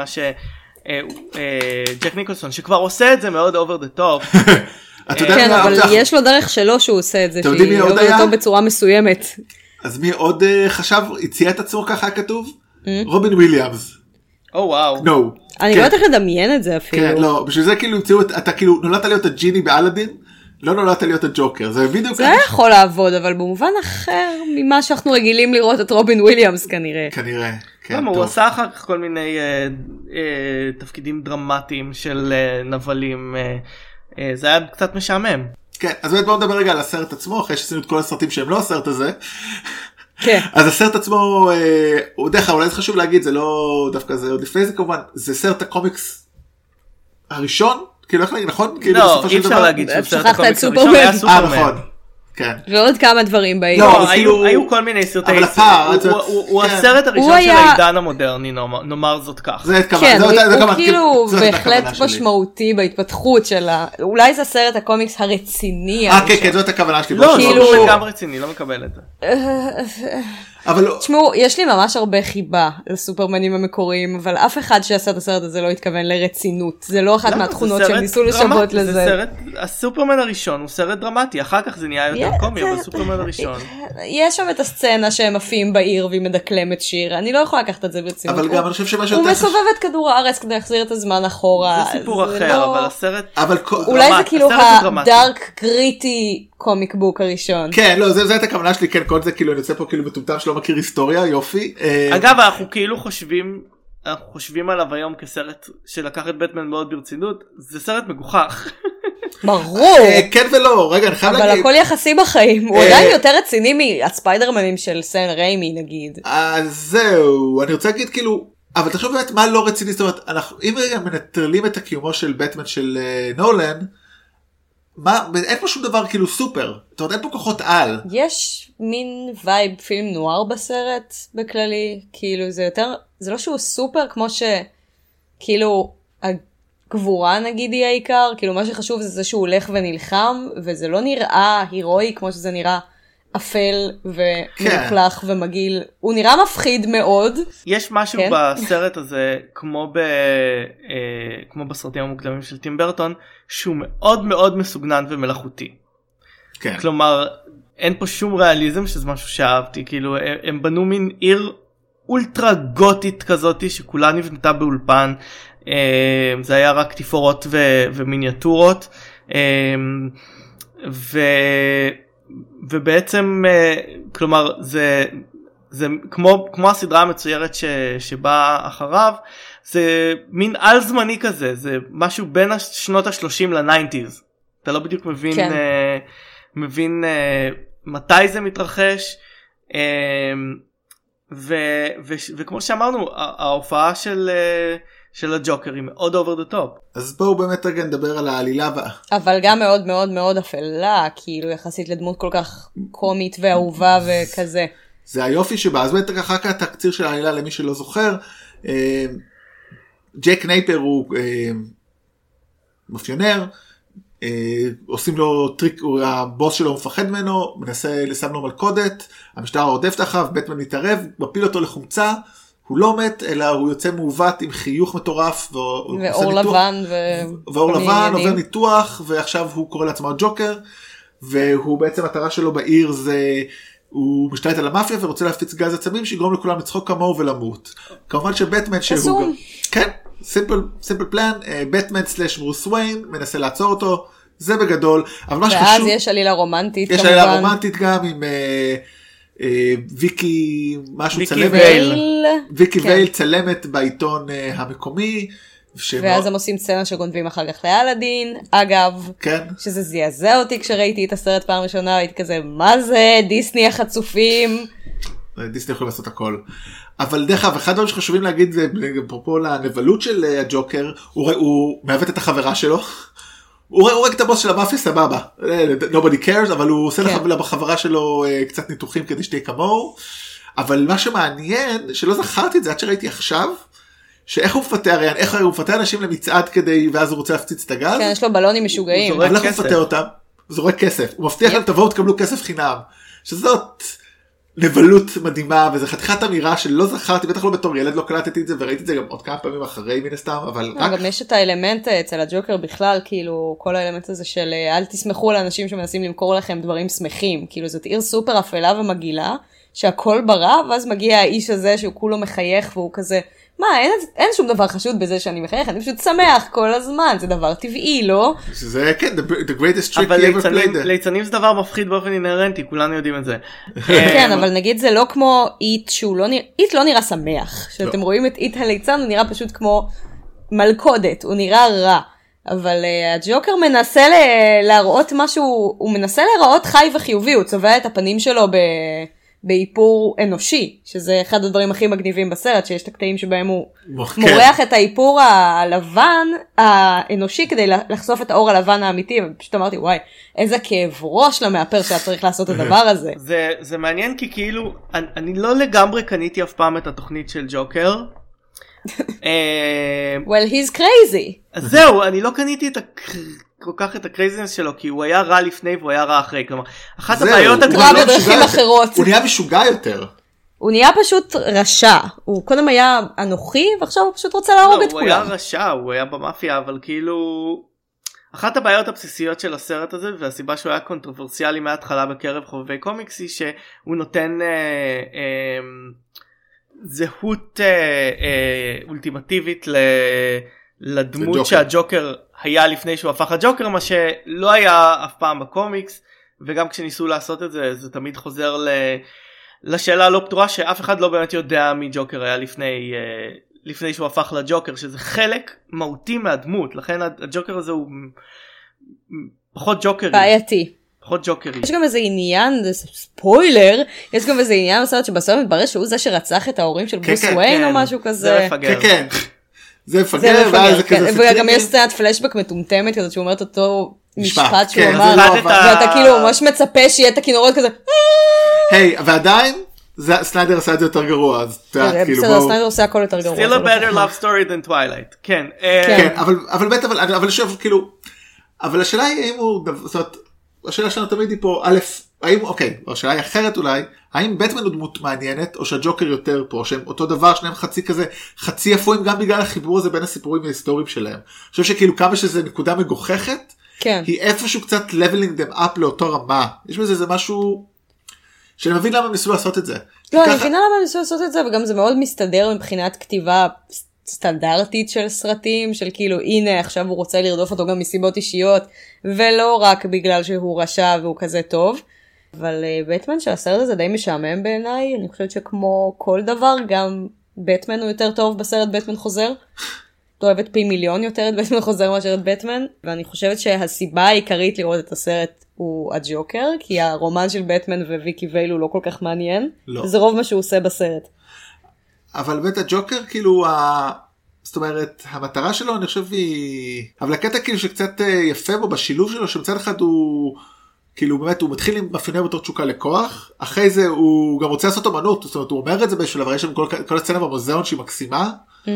שג'ק ניקולסון שכבר עושה את זה מאוד אובר דה טופ. כן, אבל יש לו דרך שלו שהוא עושה את זה, שהיא אובר דה טופ בצורה מסוימת. אז מי עוד חשב, הציע את עצמו ככה כתוב? רובין וויליאמס. וואו. אני לא יודעת איך לדמיין את זה אפילו. כן, לא, בשביל זה כאילו אתה כאילו נולדת להיות הג'יני באלאדין, לא נולדת להיות הג'וקר, זה בדיוק... זה יכול לעבוד, אבל במובן אחר ממה שאנחנו רגילים לראות את רובין וויליאמס כנראה. כנראה, כן, טוב. הוא עשה אחר כך כל מיני תפקידים דרמטיים של נבלים, זה היה קצת משעמם. כן, אז באמת בואו נדבר רגע על הסרט עצמו, אחרי שעשינו את כל הסרטים שהם לא הסרט הזה. כן. אז הסרט עצמו, הוא דרך, אולי זה חשוב להגיד, זה לא דווקא, זה עוד לפני זה כמובן, זה סרט הקומיקס הראשון, כאילו איך להגיד, נכון? לא, אי אפשר להגיד שהוא סרט הקומיקס הראשון היה סופרמן. נכון, כן. ועוד כמה דברים בעיד. לא, היו כל מיני סרטי, הוא הסרט הראשון של העידן המודרני, נאמר זאת כך. כן, הוא כאילו בהחלט משמעותי בהתפתחות של אולי זה סרט הקומיקס הרציני. כן, זאת הכוונה שלי. לא, זה גם רציני, לא מקבל את זה. תשמעו, יש לי ממש הרבה חיבה לסופרמנים המקוריים, אבל אף אחד שעשה את הסרט הזה לא התכוון לרצינות. זה לא אחת מהתכונות שהם ניסו לשוות לזה. הסופרמן הראשון הוא סרט דרמטי, אחר כך זה נהיה יותר קומי, אבל הסופרמן הראשון. יש שם את הסצנה שהם עפים בעיר והיא מדקלמת שיר, אני לא יכולה לקחת את זה ברצינות. אבל גם אני חושב שמה הוא מסובב את כדור הארץ כדי להחזיר את הזמן אחורה. זה סיפור אחר, אבל הסרט... אולי זה כאילו הדארק גריטי קומיק בוק הראשון. כן, לא, זה הייתה הכוונה שלי, כן, כל זה כאילו, אני יוצא פה כאילו מטומטם שלא מכיר היסטוריה, יופי. אגב, אנחנו כאילו חושבים עליו היום כסרט שלקח את בטמן מאוד ברצינות, זה סרט מגוחך. ברור. כן ולא, רגע, אני חייב להגיד. אבל הכל יחסי בחיים, הוא עדיין יותר רציני מהספיידרמנים של סן ריימי נגיד. אז זהו, אני רוצה להגיד כאילו, אבל תחשוב באמת מה לא רציני, זאת אומרת, אם מנטרלים את הקיומו של בטמן של נולן, אין פה שום דבר כאילו סופר, זאת אומרת, אין פה כוחות על. יש מין וייב פילם נואר בסרט בכללי, כאילו זה יותר, זה לא שהוא סופר כמו שכאילו הגבורה נגיד היא העיקר, כאילו מה שחשוב זה שהוא הולך ונלחם, וזה לא נראה הירואי כמו שזה נראה אפל ומלוכלך ומגיל, הוא נראה מפחיד מאוד. יש משהו בסרט הזה כמו בסרטים המוקדמים של טים ברטון שהוא מאוד מאוד מסוגנן ומלאכותי. כלומר אין פה שום ריאליזם, שזה משהו שאהבתי, כאילו הם בנו מין עיר אולטרה גותית כזאת שכולה נבנתה באולפן, זה היה רק תפאורות ומיניאטורות, ובעצם כלומר זה כמו הסדרה המצוירת שבאה אחריו, זה מין על זמני כזה, זה משהו בין שנות ה-30 ל-90s, אתה לא בדיוק מבין מתי זה מתרחש, וכמו שאמרנו, ההופעה של הג'וקר היא מאוד over the top. אז בואו באמת רגע נדבר על העלילה. אבל גם מאוד מאוד מאוד אפלה, כאילו יחסית לדמות כל כך קומית ואהובה וכזה. זה היופי שבה, אז באמת אחר כך התקציר של העלילה למי שלא זוכר, ג'ק נייפר הוא מאפיונר, עושים לו טריק, הבוס שלו מפחד ממנו, מנסה לשים לו מלכודת, המשטרה רודפת אחריו, בטמן מתערב, מפיל אותו לחומצה, הוא לא מת, אלא הוא יוצא מעוות עם חיוך מטורף, ואור לבן, ואור לבן, עובר ניתוח, ועכשיו הוא קורא לעצמו הג'וקר, והוא בעצם המטרה שלו בעיר זה, הוא משתלט על המאפיה ורוצה להפיץ גז עצמים שיגרום לכולם לצחוק כמוהו ולמות. כמובן שבטמן שהוא... כן, simple plan, בטמן / ברוס וויין, מנסה לעצור אותו, זה בגדול. ואז יש עלילה רומנטית כמובן. יש עלילה רומנטית גם עם ויקי, משהו צלמת. ויקי וייל צלמת בעיתון המקומי. ואז הם עושים סצנה שגונבים אחר כך לאלאדין, אגב, שזה זעזע אותי כשראיתי את הסרט פעם ראשונה, הייתי כזה, מה זה, דיסני החצופים? דיסני יכולים לעשות הכל. אבל דרך אגב, אחד הדברים שחשובים להגיד, אפרופו לנבלות של הג'וקר, הוא מעוות את החברה שלו, הוא הורג את הבוס של המאפיה, סבבה, nobody cares, אבל הוא עושה לחברה שלו קצת ניתוחים כדי שתהיה כמוהו, אבל מה שמעניין, שלא זכרתי את זה עד שראיתי עכשיו, שאיך הוא מפתה הרי, איך הוא מפתה אנשים למצעד כדי, ואז הוא רוצה להפציץ את הגז? כן, יש לו בלונים משוגעים. אבל איך הוא מפתה אותם? הוא זורק כסף. הוא מבטיח להם, תבואו תקבלו כסף חינם. שזאת נבלות מדהימה, וזו חתיכת אמירה שלא זכרתי, בטח לא בתור ילד, לא קלטתי את זה, וראיתי את זה גם עוד כמה פעמים אחרי מן הסתם, אבל רק... גם יש את האלמנט אצל הג'וקר בכלל, כאילו, כל האלמנט הזה של אל תסמכו על אנשים שמנסים למכור לכם דברים שמחים. כאילו, זאת עיר סופר אפלה ומגעילה, שהכל ברע, ואז מגיע האיש הזה שהוא כולו מחייך, והוא כזה, מה, אין שום דבר חשוד בזה שאני מחייך, אני פשוט שמח כל הזמן, זה דבר טבעי, לא? זה כן, the greatest trick אבל you ever played. ליצנים זה דבר מפחיד באופן אינהרנטי, כולנו יודעים את זה. כן, אבל נגיד זה לא כמו איט, איט לא נראה שמח, שאתם רואים את איט הליצן, הוא נראה פשוט כמו מלכודת, הוא נראה רע, אבל הג'וקר מנסה להראות משהו, הוא מנסה להראות חי וחיובי, הוא צובע את הפנים שלו באיפור אנושי, שזה אחד הדברים הכי מגניבים בסרט, שיש את הקטעים שבהם הוא מורח את האיפור הלבן האנושי כדי לחשוף את האור הלבן האמיתי, ופשוט אמרתי, וואי, איזה כאב ראש למאפר שאת צריך לעשות את הדבר הזה. זה מעניין כי כאילו, אני לא לגמרי קניתי אף פעם את התוכנית של ג'וקר. Well, he's crazy. אז זהו, אני לא קניתי כל כך את הקרייזינס שלו, כי הוא היה רע לפני והוא היה רע אחרי, כלומר, אחת הבעיות הגדולות בדרכים אחרות. הוא נהיה משוגע יותר. הוא נהיה פשוט רשע, הוא קודם היה אנוכי, ועכשיו הוא פשוט רוצה להרוג את כולם. הוא היה רשע, הוא היה במאפיה, אבל כאילו, אחת הבעיות הבסיסיות של הסרט הזה, והסיבה שהוא היה קונטרוברסיאלי מההתחלה בקרב חובבי קומיקס, היא שהוא נותן זהות אולטימטיבית לדמות שהג'וקר היה לפני שהוא הפך הג'וקר, מה שלא היה אף פעם בקומיקס, וגם כשניסו לעשות את זה, זה תמיד חוזר לשאלה הלא פתורה, שאף אחד לא באמת יודע מי ג'וקר היה לפני שהוא הפך לג'וקר, שזה חלק מהותי מהדמות, לכן הג'וקר הזה הוא פחות ג'וקרי. פחות ג'וקרי. יש גם איזה עניין, זה ספוילר, יש גם איזה עניין בסרט שבסוף מתברר שהוא זה שרצח את ההורים של ברוס וויין או משהו כזה. זה מפגר. כן, זה מפגר, ואז זה כזה וגם יש סצנת פלשבק מטומטמת כזאת שהוא אומר את אותו משפט שהוא אמר, ואתה כאילו ממש מצפה שיהיה את הכינורות כזה. היי, ועדיין, סניידר עשה את זה יותר גרוע, אז בסדר, סניידר עושה הכל יותר גרוע. Still a better love story than Twilight, כן. כן, אבל שוב, כאילו, אבל השאלה היא האם הוא, זאת אומרת, השאלה שלנו תמיד היא פה, א', האם, אוקיי, השאלה היא אחרת אולי, האם בטמן הוא דמות מעניינת, או שהג'וקר יותר פה, שהם אותו דבר, שניהם חצי כזה, חצי אפויים גם בגלל החיבור הזה בין הסיפורים ההיסטוריים שלהם. אני חושב שכאילו כמה שזה נקודה מגוחכת, כן. היא איפשהו קצת leveling them up לאותו רמה. יש בזה זה משהו שאני מבין למה הם ניסו לעשות את זה. לא, אני מבינה למה הם ניסו לעשות את זה, וגם זה מאוד מסתדר מבחינת כתיבה סטנדרטית של סרטים, של כאילו הנה עכשיו הוא רוצה לרדוף אותו גם מסיבות אישיות, ולא רק בגלל שהוא רשע והוא כזה טוב. אבל בטמן של הסרט הזה די משעמם בעיניי, אני חושבת שכמו כל דבר, גם בטמן הוא יותר טוב בסרט בטמן חוזר. אוהבת פי מיליון יותר את בטמן חוזר מאשר את בטמן, ואני חושבת שהסיבה העיקרית לראות את הסרט הוא הג'וקר, כי הרומן של בטמן וויקי וייל הוא לא כל כך מעניין, לא. וזה רוב מה שהוא עושה בסרט. אבל באמת הג'וקר כאילו, זאת אומרת, המטרה שלו אני חושב היא, אבל הקטע כאילו שקצת יפה בו בשילוב שלו, שמצד אחד הוא, כאילו באמת הוא מתחיל עם מאפייני בתור תשוקה לכוח, אחרי זה הוא גם רוצה לעשות אומנות, זאת אומרת הוא אומר את זה בשביל, אבל יש שם כל הסצנה במוזיאון שהיא מקסימה,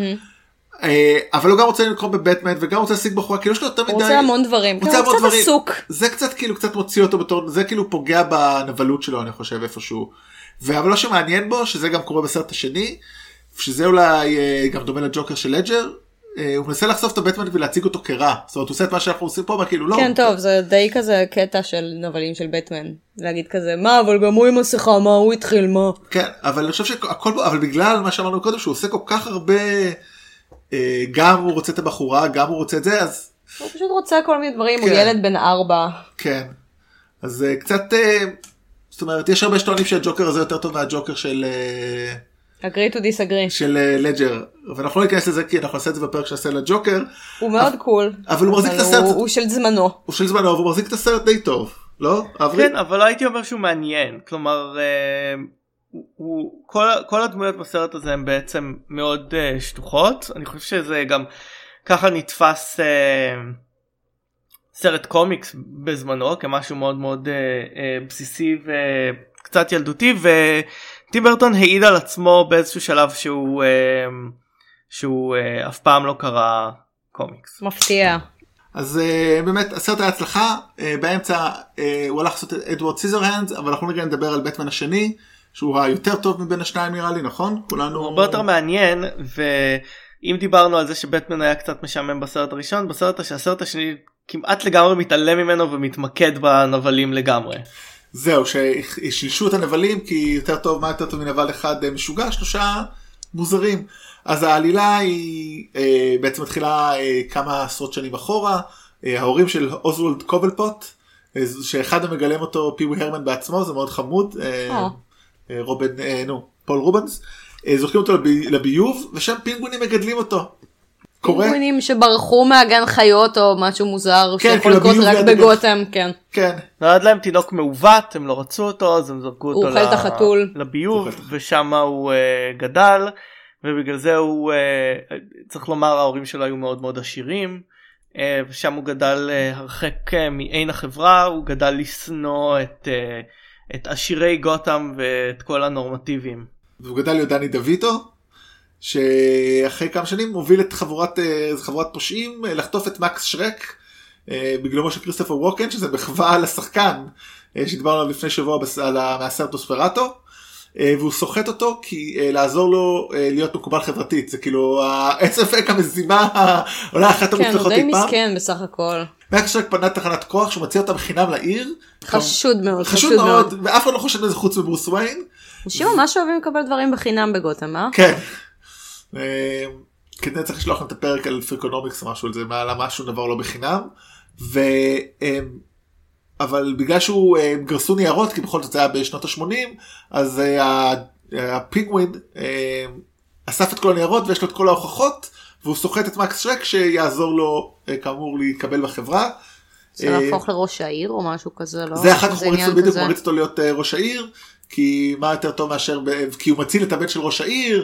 אבל הוא גם רוצה לנקום בבטמן וגם רוצה להשיג בחורה, כאילו יש לו יותר מדי, הוא רוצה המון דברים, הוא קצת עסוק. זה קצת כאילו קצת מוציא אותו בתור, זה כאילו פוגע בנבלות שלו אני חושב איפשהו, אבל לא שמעניין בו, שזה גם קורה בסרט השני, שזה אולי גם דומה לג'וקר של לג'ר, הוא מנסה לחשוף את הבטמן ולהציג אותו כרע, זאת אומרת הוא עושה את מה שאנחנו עושים פה, אבל כאילו לא. כן טוב, זה די כזה קטע של נבלים של בטמן, להגיד כזה, מה, אבל גם הוא עם מסכה, מה, הוא התחיל, מה. כן, אבל אני חושב שהכל, אבל בגלל מה שאמרנו קודם, שהוא עושה כל כך הרבה, גם הוא רוצה את הבחורה, גם הוא רוצה את זה, אז... הוא פשוט רוצה כל מיני דברים, הוא ילד בן 4. כן, אז קצת, זאת אומרת, יש הרבה שטוענים שהג'וקר הזה יותר טוב מהג'וקר של... agree to disagree. של לג'ר, ואנחנו לא ניכנס לזה כי אנחנו נעשה את זה בפרק שנעשה לג'וקר. הוא מאוד קול. אבל הוא מחזיק את הסרט. הוא של זמנו. הוא של זמנו, והוא מחזיק את הסרט די טוב, לא? כן, אבל לא הייתי אומר שהוא מעניין, כלומר, כל הדמויות בסרט הזה הן בעצם מאוד שטוחות, אני חושב שזה גם ככה נתפס סרט קומיקס בזמנו, כמשהו מאוד מאוד בסיסי וקצת ילדותי, וטים ברטון העיד על עצמו באיזשהו שלב שהוא אף פעם לא קרא קומיקס. מפתיע. אז באמת הסרט היה הצלחה, באמצע הוא הלך לעשות את אדוארד סיזרהנדס, אבל אנחנו נראה נדבר על בטמן השני, שהוא היותר טוב מבין השניים נראה לי, נכון? כולנו... הרבה יותר מעניין, ואם דיברנו על זה שבטמן היה קצת משעמם בסרט הראשון, הסרט השני כמעט לגמרי מתעלם ממנו ומתמקד בנבלים לגמרי. זהו, ששילשו את הנבלים, כי יותר טוב, מה יותר טוב מנבל אחד משוגע, 3 מוזרים. אז העלילה היא בעצם מתחילה כמה עשרות שנים אחורה, ההורים של אוזוולד קובלפוט, שאחד המגלם אותו פיווי הרמן בעצמו, זה מאוד חמוד, פול רובנס, זורקים אותו לביוב, ושם פינגווינים מגדלים אותו. פינגווינים שברחו מהגן חיות או משהו מוזר, שיכול לקרות רק בגותם, כן. כן. נולד להם תינוק מעוות, הם לא רצו אותו, אז הם זרקו אותו לביוב, ושם הוא גדל, ובגלל זה הוא, צריך לומר, ההורים שלו היו מאוד מאוד עשירים, ושם הוא גדל הרחק מעין החברה, הוא גדל לשנוא את עשירי גותם ואת כל הנורמטיביים. והוא גדל להיות דני דויטו, שאחרי כמה שנים מוביל את חבורת פושעים לחטוף את מקס שרק, בגלומו של כריסטופר ווקן, שזה מחווה לשחקן, שדיברנו עליו לפני שבוע מהסרט נוספרטו, והוא סוחט אותו כי לעזור לו להיות מקובל חברתית, זה כאילו עצם פק המזימה, אולי אחת המוצלחות אי פעם. כן, הוא די מסכן בסך הכל. מקס שרק פנה תחנת כוח שהוא מציע אותה בחינם לעיר. חשוד מאוד, חשוד מאוד, ואף אחד לא חושב בזה חוץ מברוס וויין. אנשים ממש אוהבים לקבל דברים בחינם בגותם, אה? כן. כדי צריך לשלוח את הפרק על פריקונומיקס או משהו על זה, למה שום דבר לא בחינם, אבל בגלל שהוא גרסו ניירות, כי בכל זאת זה היה בשנות ה-80, אז הפינגווין אסף את כל הניירות ויש לו את כל ההוכחות, והוא סוחט את מקס שרק שיעזור לו כאמור להתקבל בחברה. זה להפוך לראש העיר או משהו כזה, לא? זה אחר כך בדיוק מריץ אותו להיות ראש העיר, כי מה יותר טוב מאשר, כי הוא מציל את הבן של ראש העיר,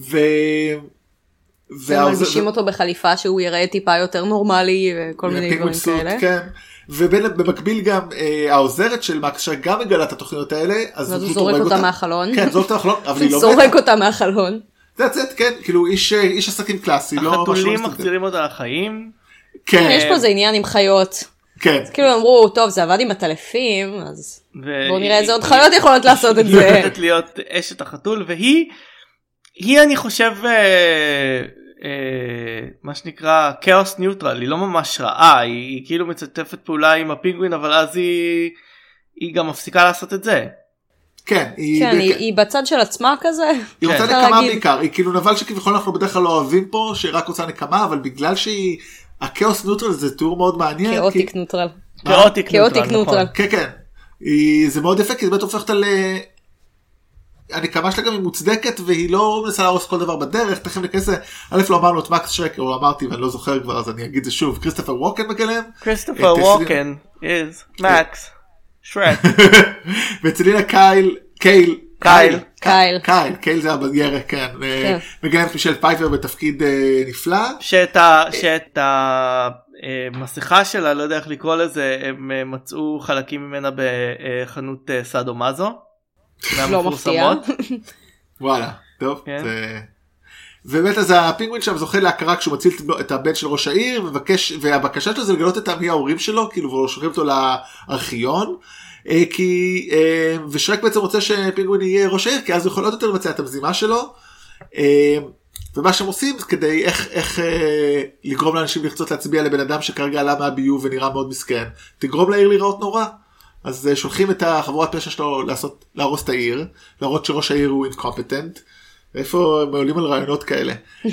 ומלבישים אותו בחליפה שהוא יראה טיפה יותר נורמלי, וכל מיני דברים כאלה. כן. ובמקביל גם העוזרת של מקס שגם מגלה את התוכניות האלה, אז הוא זורק אותה מהחלון. כן, זורק אותה מהחלון, אבל היא לא זורק אותה מהחלון. זה, כן, כאילו איש עסקים קלאסי. החתולים מחזירים אותה לחיים. כן. יש פה איזה עניין עם חיות. כן. כאילו אמרו, טוב, זה עבד עם הטלפים, אז בואו נראה איזה עוד חיות יכולות לעשות את זה. היא הולכת להיות אשת החתול, והיא אני חושב, מה שנקרא כאוס ניוטרל, היא לא ממש רעה, היא כאילו מצטפת פעולה עם הפינגווין, אבל אז היא גם מפסיקה לעשות את זה. כן, היא בצד של עצמה כזה. היא רוצה נקמה בעיקר, היא כאילו נבל שכביכול אנחנו בדרך כלל לא אוהבים פה, שהיא רק רוצה נקמה, אבל בגלל שהיא, הכאוס ניוטרל זה תיאור מאוד מעניין. כאוטיק ניוטרל. כאוטיק ניוטרל. כן. זה מאוד יפה, כי זה באמת הופך אותה הנקמה שלה גם היא מוצדקת, והיא לא מנסה להרוס כל דבר בדרך. תכף נכנס, א' לא אמרנו את מקס שרק, או אמרתי ואני לא זוכר כבר, אז אני אגיד זה שוב, כריסטופר ווקן מגלם. כריסטופר ווקן is מקס שרק. ואצלינה קייל זה הבגר, כן. מגלם את מישל פייפר בתפקיד נפלא. שאת המסכה שלה, לא יודע איך לקרוא לזה, הם מצאו חלקים ממנה בחנות סאדו מאזו. לא מפתיע. וואלה, טוב. ובאמת אז הפינגווין שם זוכה להכרה כשהוא מציל את הבן של ראש העיר, והבקשה שלו זה לגלות את מי ההורים שלו, כאילו ושולחים אותו לארכיון, ושרק בעצם רוצה שפינגווין יהיה ראש העיר, כי אז הוא יכול עוד יותר לבצע את המזימה שלו, ומה שהם עושים כדי איך לגרום לאנשים לרצות להצביע לבן אדם שכרגע עלה מהביוב ונראה מאוד מסכן, תגרום לעיר לראות נורא. אז שולחים את החבורת פשע שלו להרוס את העיר, להראות שראש העיר הוא אינקומפטנט, איפה הם עולים על רעיונות כאלה.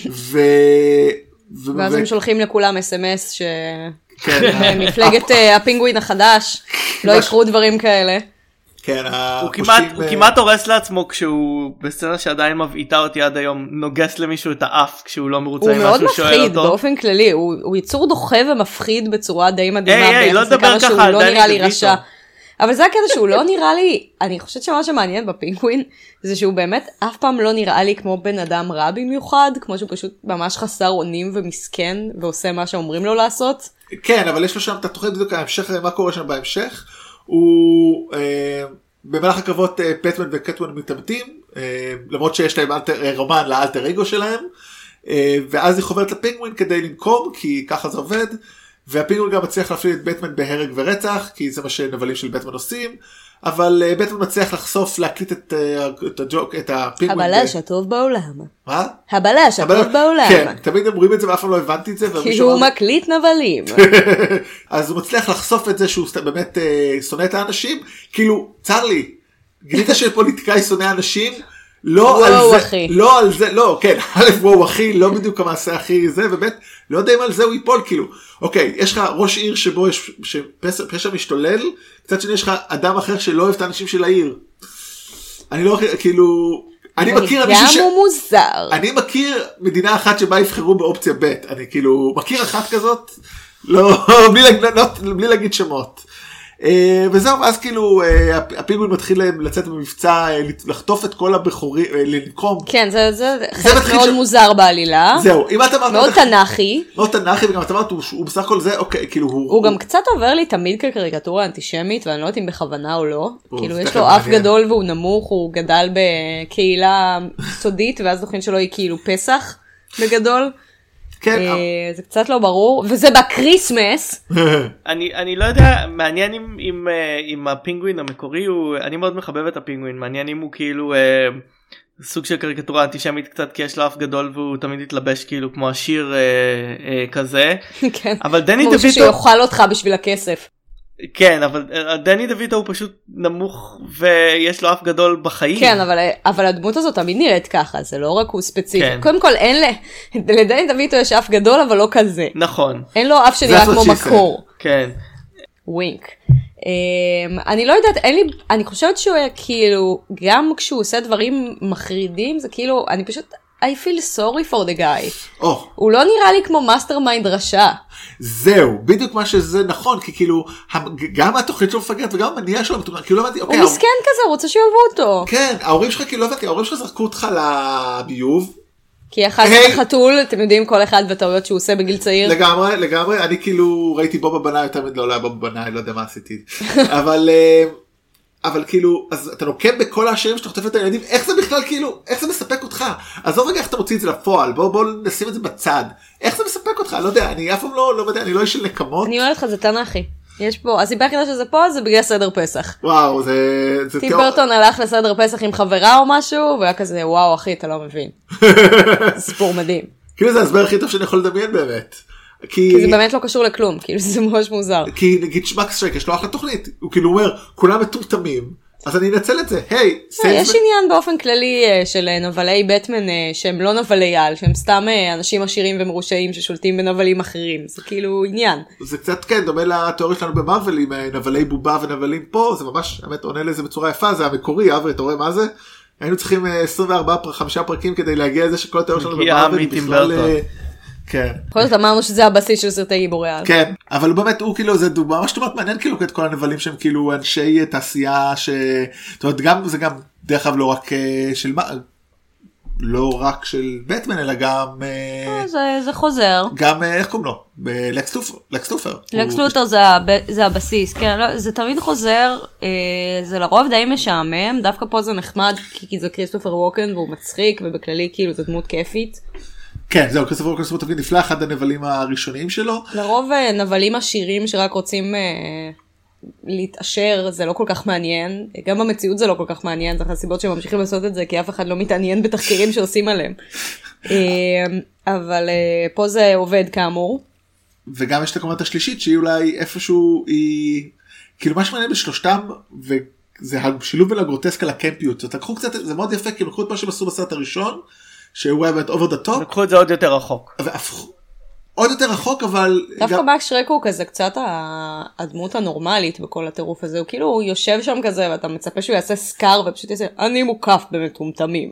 ואז הם שולחים לכולם אס-אמס שמפלגת הפינגווין החדש לא יקרו דברים כאלה. כן, הוא כמעט הורס לעצמו כשהוא בסצנה שעדיין מבעיטה אותי עד היום, נוגס למישהו את האף כשהוא לא מרוצה עם משהו שואל אותו. הוא מאוד מפחיד באופן כללי, הוא יצור דוחה ומפחיד בצורה די מדהימה. לא לדבר ככה על דני דויטו. אבל זה הקטע שהוא לא נראה לי, אני חושבת שמה שמעניין בפינגווין, זה שהוא באמת אף פעם לא נראה לי כמו בן אדם רע במיוחד, כמו שהוא פשוט ממש חסר אונים ומסכן, ועושה מה שאומרים לו לעשות. כן, אבל יש לו שם את התוכנית בדיוק ההמשך, מה קורה שם בהמשך, הוא במהלך הקרבות פטמן וקטמן מתאבטים, למרות שיש להם רומן לאלטר אגו שלהם, ואז היא חוברת לפינגווין כדי לנקום, כי ככה זה עובד, והפינגווין גם מצליח להפליל את בטמן בהרג ורצח, כי זה מה שנבלים של בטמן עושים, אבל בטמן מצליח לחשוף, להקליט את הפינגווין. הבלש הטוב בעולם. מה? הבלש הטוב בעולם. כן, תמיד אומרים את זה ואף פעם לא הבנתי את זה. כי הוא מקליט נבלים. אז הוא מצליח לחשוף את זה שהוא באמת שונא את האנשים, כאילו, צר לי, גילית שפוליטיקאי שונא אנשים, לא על זה, לא, כן, א' וואו אחי, לא בדיוק המעשה הכי זה, ובאמת, לא יודע אם על זה הוא ייפול, כאילו, אוקיי, יש לך ראש עיר שבו יש פשע משתולל, קצת שני יש לך אדם אחר שלא אוהב את האנשים של העיר. אני לא, כאילו, אני מכיר מדינה אחת שבה יבחרו באופציה ב', אני כאילו, מכיר אחת כזאת, לא, בלי להגיד שמות. וזהו, אז כאילו הפינגווין מתחיל לצאת במבצע, לחטוף את כל הבחורים, לנקום. כן, זה חלק מאוד מוזר בעלילה. זהו, אם את אמרת... מאוד תנכי. מאוד תנכי, וגם את אמרת, הוא בסך הכל זה, אוקיי, כאילו הוא גם קצת עובר לי תמיד כקריקטורה אנטישמית, ואני לא יודעת אם בכוונה או לא. כאילו יש לו אף גדול והוא נמוך, הוא גדל בקהילה סודית, ואז זוכרים שלו היא כאילו פסח בגדול. זה קצת לא ברור, וזה בקריסמס. אני לא יודע, מעניין אם הפינגווין המקורי, אני מאוד מחבב את הפינגווין, מעניין אם הוא כאילו סוג של קריקטורה אנטישמית קצת, כי יש לו אף גדול והוא תמיד יתלבש כאילו כמו השיר כזה. כן, אבל דני דויטו... כמו שיוכל אותך בשביל הכסף. כן, אבל דני דויטו הוא פשוט נמוך ויש לו אף גדול בחיים. כן, אבל הדמות הזאת תמיד נראית ככה, זה לא רק הוא ספציפי. קודם כל, לדני דויטו יש אף גדול, אבל לא כזה. נכון. אין לו אף שנראה כמו מקור. כן. ווינק. אני לא יודעת, אני חושבת שהוא היה כאילו, גם כשהוא עושה דברים מחרידים, זה כאילו, אני פשוט I feel sorry for the guy. Oh. הוא לא נראה לי כמו מאסטר מיינד רשע. זהו, בדיוק מה שזה נכון, כי כאילו, גם התוכנית שלו מפגרת וגם המניעה שלו, כאילו לא הבנתי, הוא מסכן כזה, הוא רוצה שיאהבו אותו. כן, ההורים שלך כאילו לא הבנתי, ההורים שלך זרקו אותך לביוב. כי אחת החתול, אתם יודעים כל אחד וטעויות שהוא עושה בגיל צעיר. לגמרי, אני כאילו ראיתי בובה בנאי יותר מדי, לא היה בובה בנאי, לא יודע מה עשיתי. אבל כאילו, אז אתה נוקם בכל השירים שאתה חוטף את הילדים, איך זה בכלל כאילו, איך זה מספק אותך? עזוב רגע איך אתה מוציא את זה לפועל, בוא נשים את זה בצד. איך זה מספק אותך? לא יודע, אני אף פעם לא יודע, אני לא איש של נקמות. אני אומרת לך, זה תנ"כי. יש פה, הסיבה היחידה שזה פה זה בגלל סדר פסח. וואו, זה טים ברטון הלך לסדר פסח עם חברה או משהו, והיה כזה, וואו אחי, אתה לא מבין. סיפור מדהים. כאילו זה ההסבר הכי טוב שאני יכול לדמיין באמת. כי זה באמת לא קשור לכלום, כאילו זה ממש מוזר. כי נגיד מקס שרק יש לו אחלה תוכנית, הוא כאילו אומר, כולם מטומטמים, אז אני אנצל את זה, היי. יש עניין באופן כללי של נבלי בטמן שהם לא נבלי על, שהם סתם אנשים עשירים ומרושעים ששולטים בנבלים אחרים, זה כאילו עניין. זה קצת כן, דומה לתיאוריה שלנו במרוול עם נבלי בובה ונבלים פה, זה ממש, באמת עונה לזה בצורה יפה, זה המקורי, אברי, אתה רואה מה זה? היינו צריכים 24-5 פרקים כדי להגיע לזה שכל התיאוריה שלנו במרוול בכלל... כן. כל זאת אמרנו שזה הבסיס של סרטי גיבורי על. כן, אבל באמת הוא כאילו, זה דוגמה ממש דוגמת מעניין כאילו את כל הנבלים שהם כאילו אנשי תעשייה זאת אומרת, זה גם דרך אגב לא רק של בטמן, אלא גם... זה חוזר. גם, איך קוראים לו? לקס לופר. לקס לופר זה הבסיס, כן, זה תמיד חוזר, זה לרוב די משעמם, דווקא פה זה נחמד, כי זה כריסטופר ווקן והוא מצחיק, ובכללי כאילו זה דמות כיפית. כן, זהו, כריסטופר ווקן הוא תמיד נפלא, אחד הנבלים הראשוניים שלו. לרוב נבלים עשירים שרק רוצים להתעשר, זה לא כל כך מעניין, גם במציאות זה לא כל כך מעניין, זה הסיבות שהם ממשיכים לעשות את זה, כי אף אחד לא מתעניין בתחקירים שעושים עליהם. אבל פה זה עובד כאמור. וגם יש את הקומות השלישית, שהיא אולי איפשהו, כאילו מה שמעניין בשלושתם, וזה השילוב בין הגרוטסקה לקמפיות, זאת לקחו קצת, זה מאוד יפה, כי הם לקחו את מה שהם עשו בסרט הראשון, שהוא היה באמת over the top. לקחו את זה עוד יותר רחוק. עוד יותר רחוק, אבל... דווקא מקס שרק הוא כזה קצת הדמות הנורמלית בכל הטירוף הזה, הוא כאילו יושב שם כזה, ואתה מצפה שהוא יעשה סקאר, ופשוט יעשה, אני מוקף במטומטמים.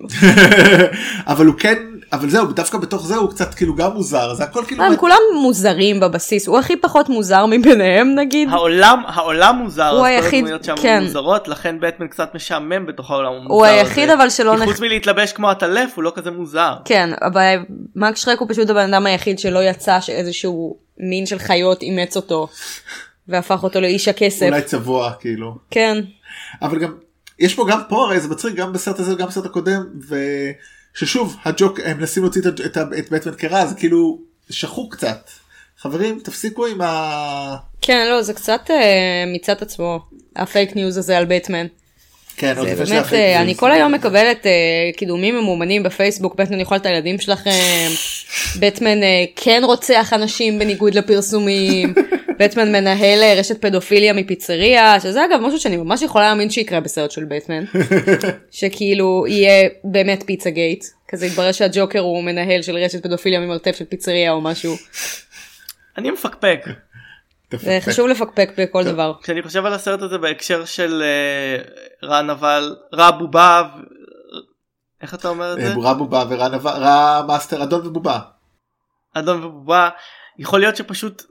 אבל הוא כן, אבל זהו, דווקא בתוך זה הוא קצת כאילו גם מוזר, זה הכל כאילו... הם כולם מוזרים בבסיס, הוא הכי פחות מוזר מביניהם נגיד. העולם מוזר, הוא היחיד, כן. מוזרות, לכן בטמן קצת משעמם בתוך העולם המוזר. הוא היחיד אבל שלא... חוץ מלהתלבש כמו הטלף, הוא לא כזה מוזר. כן, אבל מקס שרק הוא פשוט הבן אדם היחיד שלא יצא שאיזשהו מין של חיות אימץ אותו, והפך אותו לאיש הכסף. אולי צבוע, כאילו. כן. אבל גם, יש פה גם פה, הרי זה מצחיק גם בסרט הזה וגם בסרט הקודם, ששוב, הג'וק, הם מנסים להוציא את בטמן כרע, זה כאילו שכחו קצת. חברים, תפסיקו עם כן, לא, זה קצת מצד עצמו, הפייק ניוז הזה על בטמן. כן, זה באמת, אני כל היום מקבלת קידומים ממומנים בפייסבוק, בטמן יכול את הילדים שלכם, בטמן כן רוצח אנשים בניגוד לפרסומים, בטמן מנהל רשת פדופיליה מפיצריה, שזה אגב משהו שאני ממש יכולה להאמין שיקרה בסרט של בטמן, שכאילו יהיה באמת פיצה גייט, כזה יתברר שהג'וקר הוא מנהל של רשת פדופיליה ממרתף של פיצריה או משהו. אני מפקפק. זה חשוב לפקפק בכל דבר. כשאני חושב על הסרט הזה בהקשר של רע נבל, רע בובה, איך אתה אומר את זה? רע בובה ורע נבל, רע מאסטר, אדון ובובה. אדון ובובה, יכול להיות שפשוט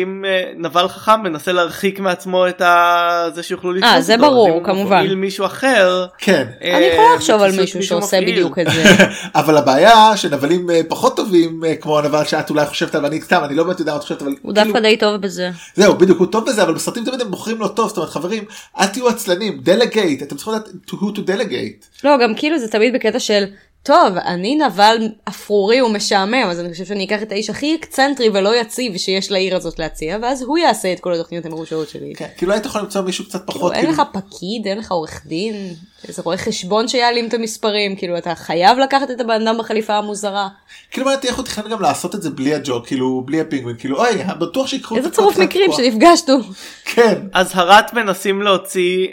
נבל חכם מנסה להרחיק מעצמו את זה שיוכלו לתפוס אותו. זה ברור, כמובן. אם מישהו אחר. כן. אני יכולה לחשוב על מישהו שעושה בדיוק את זה. אבל הבעיה שנבלים פחות טובים כמו הנבל שאת אולי חושבת על, ואני סתם, אני לא באמת יודע מה את חושבת, אבל... הוא דווקא די טוב בזה. זהו, בדיוק, הוא טוב בזה, אבל בסרטים תמיד הם בוחרים לו טוב, זאת אומרת, חברים, אל תהיו עצלנים, דלגייט, אתם צריכים לדעת who to delegate. לא, גם כאילו זה תמיד בקטע של... טוב, אני נבל אפרורי ומשעמם, אז אני חושב שאני אקח את האיש הכי אקצנטרי ולא יציב שיש לעיר הזאת להציע, ואז הוא יעשה את כל התוכניות המרושעות שלי. כן, כאילו היית יכול למצוא מישהו קצת פחות... אין לך פקיד, אין לך עורך דין, איזה רואה חשבון שיעלים את המספרים, כאילו אתה חייב לקחת את הבן אדם בחליפה המוזרה. כאילו מה, איך הוא תכנן גם לעשות את זה בלי הג'וק, כאילו בלי הפינגווין, כאילו אוי, בטוח שיקחו... איזה צירוף מקרים שנפגשנו. כן. אז הרת מנסים להוציא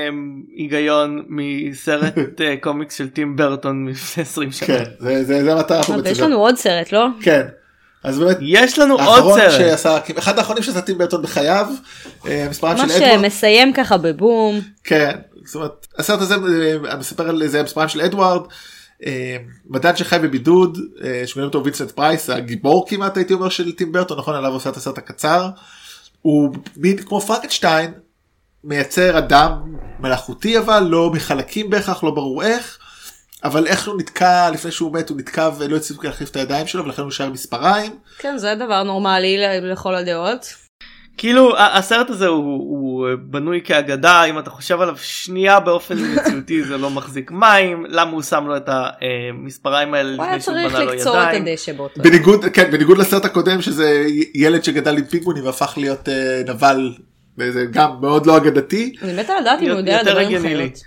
היגיון מסרט קומיקס של טים ברטון מלפני 20 שנה. כן, זה מטרה פה בצדה. יש לנו עוד סרט, לא? כן. אז באמת, יש לנו עוד סרט. אחד האחרונים שעשה טים ברטון בחייו, מספרם של אדוארד. מה שמסיים ככה בבום. כן, זאת אומרת, הסרט הזה מספר על זה מספרם של אדוארד, מדען שחי בבידוד, שמגלם אותו וינסנט פרייס, הגיבור כמעט הייתי אומר של טים ברטון, נכון, עליו עושה את הסרט הקצר, הוא כמו פרנקנשטיין, מייצר אדם מלאכותי אבל, לא מחלקים בהכרח, לא ברור איך, אבל איך הוא נתקע, לפני שהוא מת, הוא נתקע ולא הצליחו להחליף את הידיים שלו, ולכן הוא נשאר מספריים. כן, זה דבר נורמלי לכל הדעות. כאילו, הסרט הזה הוא בנוי כאגדה, אם אתה חושב עליו שנייה באופן מציאותי, זה לא מחזיק מים, למה הוא שם לו את המספריים האלה לפני שהוא בנה לו ידיים. הוא היה צריך לקצור את הדשא באותו. בניגוד לסרט הקודם, שזה ילד שגדל עם פינגווינים, והפך להיות נבל, וזה גם מאוד לא אגדתי. אני מתה לדעת אם הוא יודע לדבר עם חיות.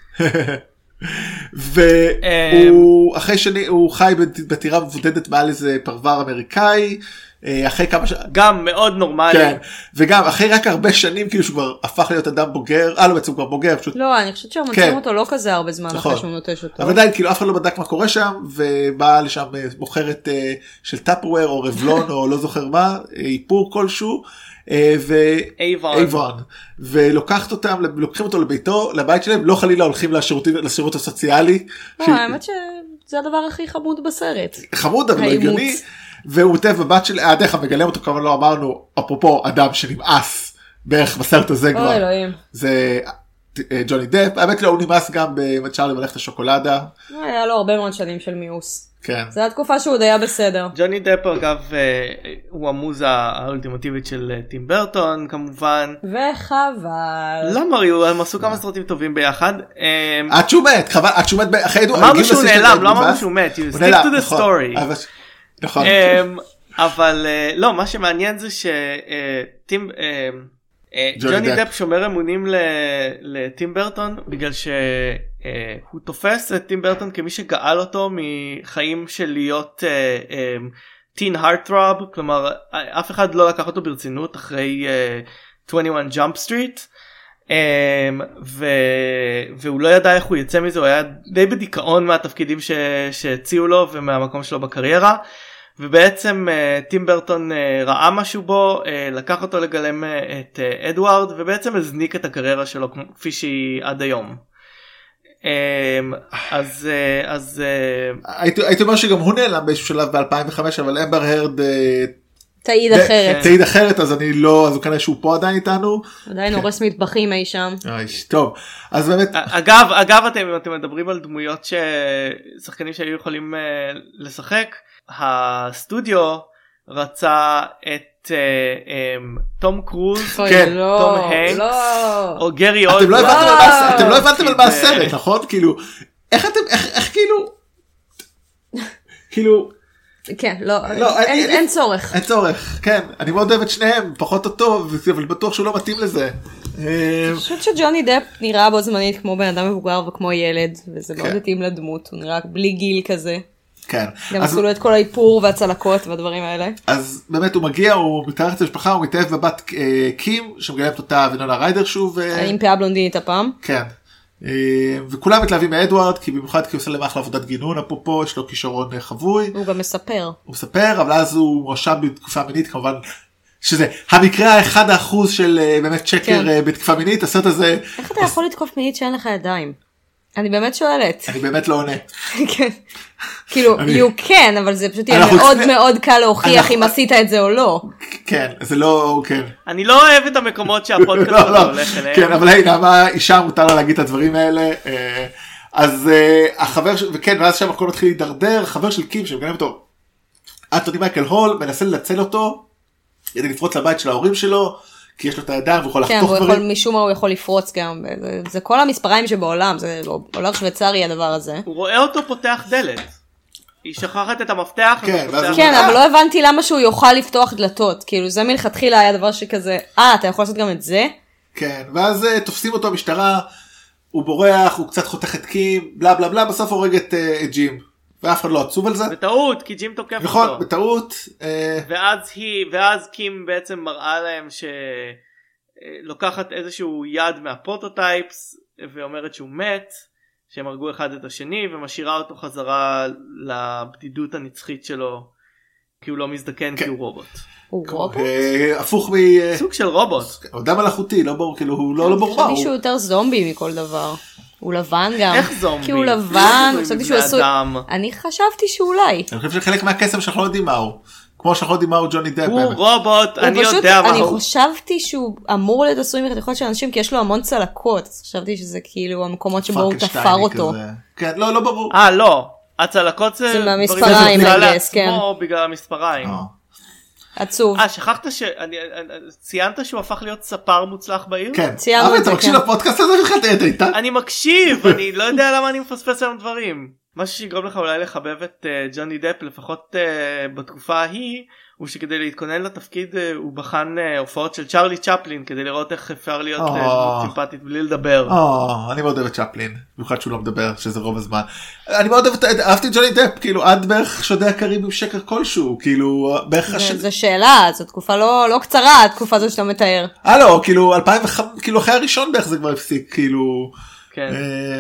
והוא אחרי הוא חי בטירה מבודדת מעל איזה פרבר אמריקאי, אחרי כמה גם מאוד נורמלי. כן, וגם אחרי רק הרבה שנים כאילו שהוא כבר הפך להיות אדם בוגר, לא בעצם כבר בוגר פשוט. לא, אני חושבת שהוא מוצאים אותו לא כזה הרבה זמן אחרי שהוא נוטש אותו. אבל עדיין כאילו אף אחד לא בדק מה קורה שם, ובאה לשם מוכרת של טאפוור או רבלון או לא זוכר מה, איפור כלשהו, אייבון, ולוקחים אותו לביתו, לבית שלהם, לא חלילה הולכים לשירות הסוציאלי. האמת שזה הדבר הכי חמוד בסרט. חמוד אבל לא הגיוני. והוא מוטב בבת של דרך המגלם אותו, כמובן לא אמרנו, אפרופו אדם שנמאס בערך בסרט הזה כבר. זה ג'וני דפ, האמת לא, הוא נמאס גם בצ'ארלי מלאכת השוקולדה. היה לו הרבה מאוד שנים של מיאוס. כן. זו התקופה שהוא עוד היה בסדר. ג'וני דפ אגב הוא המוזה האולטימטיבית של טים ברטון כמובן. וחבל. למה הם עשו כמה סרטים טובים ביחד. עד שהוא מת, חבל, עד שהוא מת. אמרנו שהוא נעלם, לא אמרנו שהוא מת. You stick to the story. נכון. אבל לא, מה שמעניין זה ג'וני דפ שומר אמונים לטים ברטון בגלל שהוא תופס את טים ברטון כמי שגאל אותו מחיים של להיות טין הארטרוב, כלומר אף אחד לא לקח אותו ברצינות אחרי 21 ג'אמפ סטריט, והוא לא ידע איך הוא יצא מזה, הוא היה די בדיכאון מהתפקידים שהציעו לו ומהמקום שלו בקריירה, ובעצם טים ברטון ראה משהו בו, לקח אותו לגלם את אדוארד, ובעצם הזניק את הקריירה שלו כפי שהיא עד היום. אז הייתי אומר שגם הוא נעלם באיזשהו שלב ב-2005, אבל אמבר הרד תעיד אחרת, אז אני לא, אז הוא כנראה שהוא פה עדיין איתנו. עדיין הורס מטבחים אי שם. טוב, אז באמת. אגב, אתם מדברים על דמויות ששחקנים שהיו יכולים לשחק, הסטודיו רצה את תום קרוז, תום הנקס, או גרי אולדמן. אתם לא הבנתם על מה הסרט, נכון? כאילו, איך כאילו, כן, אין צורך. אין צורך, כן. אני מאוד אוהב את שניהם, פחות אותו, אבל בטוח שהוא לא מתאים לזה. אני חושבת שג'וני דפ נראה בו זמנית כמו בן אדם מבוגר וכמו ילד, וזה מאוד מתאים לדמות, הוא נראה בלי גיל כזה. כן. גם עשו לו את כל האיפור והצלקות והדברים האלה. אז באמת הוא מגיע, הוא מתארח את המשפחה, הוא מתאהב בבת קים, שמגלמת אותה ונונה ריידר שוב. עם פאה בלונדינית הפעם. כן. וכולם מתלהבים מאדוארד, כי במיוחד כי הוא עושה להם אחלה עבודת גינון, אפרופו, יש לו כישרון חבוי. הוא גם מספר. הוא מספר, אבל אז הוא מואשם בתקופה מינית, כמובן, שזה המקרה ה1% של באמת שקר בתקופה מינית, הסרט הזה. איך אתה יכול לתקוף מינית שאין לך ידיים? אני באמת שואלת. אני באמת לא עונה. כן. כאילו, you can, אבל זה פשוט יהיה מאוד מאוד קל להוכיח אם עשית את זה או לא. כן, זה לא, כן. אני לא אוהב את המקומות שהפודקאסט הזה הולך אליהם. כן, אבל היי, למה אישה מותר לה להגיד את הדברים האלה? אז החבר, וכן, ואז שם הכל מתחיל להידרדר, חבר של קים שמגלם אותו, אנטוני מייקל הול, מנסה לנצל אותו, כדי לפרוץ לבית של ההורים שלו, כי יש לו את הידיים, והוא יכול לחתוך דברים. כן, משום מה הוא יכול לפרוץ גם, זה כל המספריים שבעולם, זה עולם שוויצרי הדבר הזה. הוא רואה אותו פותח דלת. היא שכחת את המפתח. כן, אבל לא הבנתי למה שהוא יוכל לפתוח דלתות, כאילו זה מלכתחילה היה דבר שכזה, אתה יכול לעשות גם את זה? כן, ואז תופסים אותו המשטרה, הוא בורח, הוא קצת חותך את קים, בלה בלה בלה, בסוף הורג את ג'ים. ואף אחד לא עצוב על זה. בטעות, כי ג'ים תוקף אותו. נכון, בטעות. ואז קים בעצם מראה להם שלוקחת איזשהו יד מהפרוטוטייפס, ואומרת שהוא מת, שהם הרגו אחד את השני, ומשאירה אותו חזרה לבדידות הנצחית שלו, כי הוא לא מזדקן, כי הוא רובוט. הוא רובוט? הפוך סוג של רובוט. אדם מלאכותי, לא ברור, כאילו הוא לא ברור. מישהו יותר זומבי מכל דבר. הוא לבן גם. איך זומבי? כי הוא לבן, חשבתי שהוא עשוי. אני חשבתי שאולי. אני חושב שחלק מהקסם שאנחנו לא יודעים מהו. כמו שאנחנו לא יודעים מהו ג'וני דפ. הוא רובוט, אני יודע מהו. אני חשבתי שהוא אמור להיות עשוי מחתיכות של אנשים, כי יש לו המון צלקות. חשבתי שזה כאילו המקומות שבו הוא תפר אותו. כן, לא ברור. לא. הצלקות זה מהמספריים, בגלל המספריים. עצוב. שכחת ציינת שהוא הפך להיות ספר מוצלח בעיר? כן. ציינו את זה, אתה מקשיב לפודקאסט הזה בכלל איתה? אני מקשיב, אני לא יודע למה אני מפספס היום דברים. משהו שיגרום לך אולי לחבב את ג'וני דפ, לפחות בתקופה ההיא, הוא שכדי להתכונן לתפקיד הוא בחן הופעות של צ'רלי צ'פלין, כדי לראות איך אפשר להיות סימפטית בלי לדבר. אני מאוד אוהב את צ'פלין, במיוחד שהוא לא מדבר, שזה רוב הזמן. אני מאוד אהבתי את ג'וני דפ, כאילו עד בערך שודדי הקריביים שקר כלשהו, כאילו בערך... זו שאלה, זו תקופה לא קצרה, התקופה הזו שאתה מתאר. לא, כאילו 2005, כאילו אחרי הראשון בערך זה כבר הפסיק, כאילו... כן.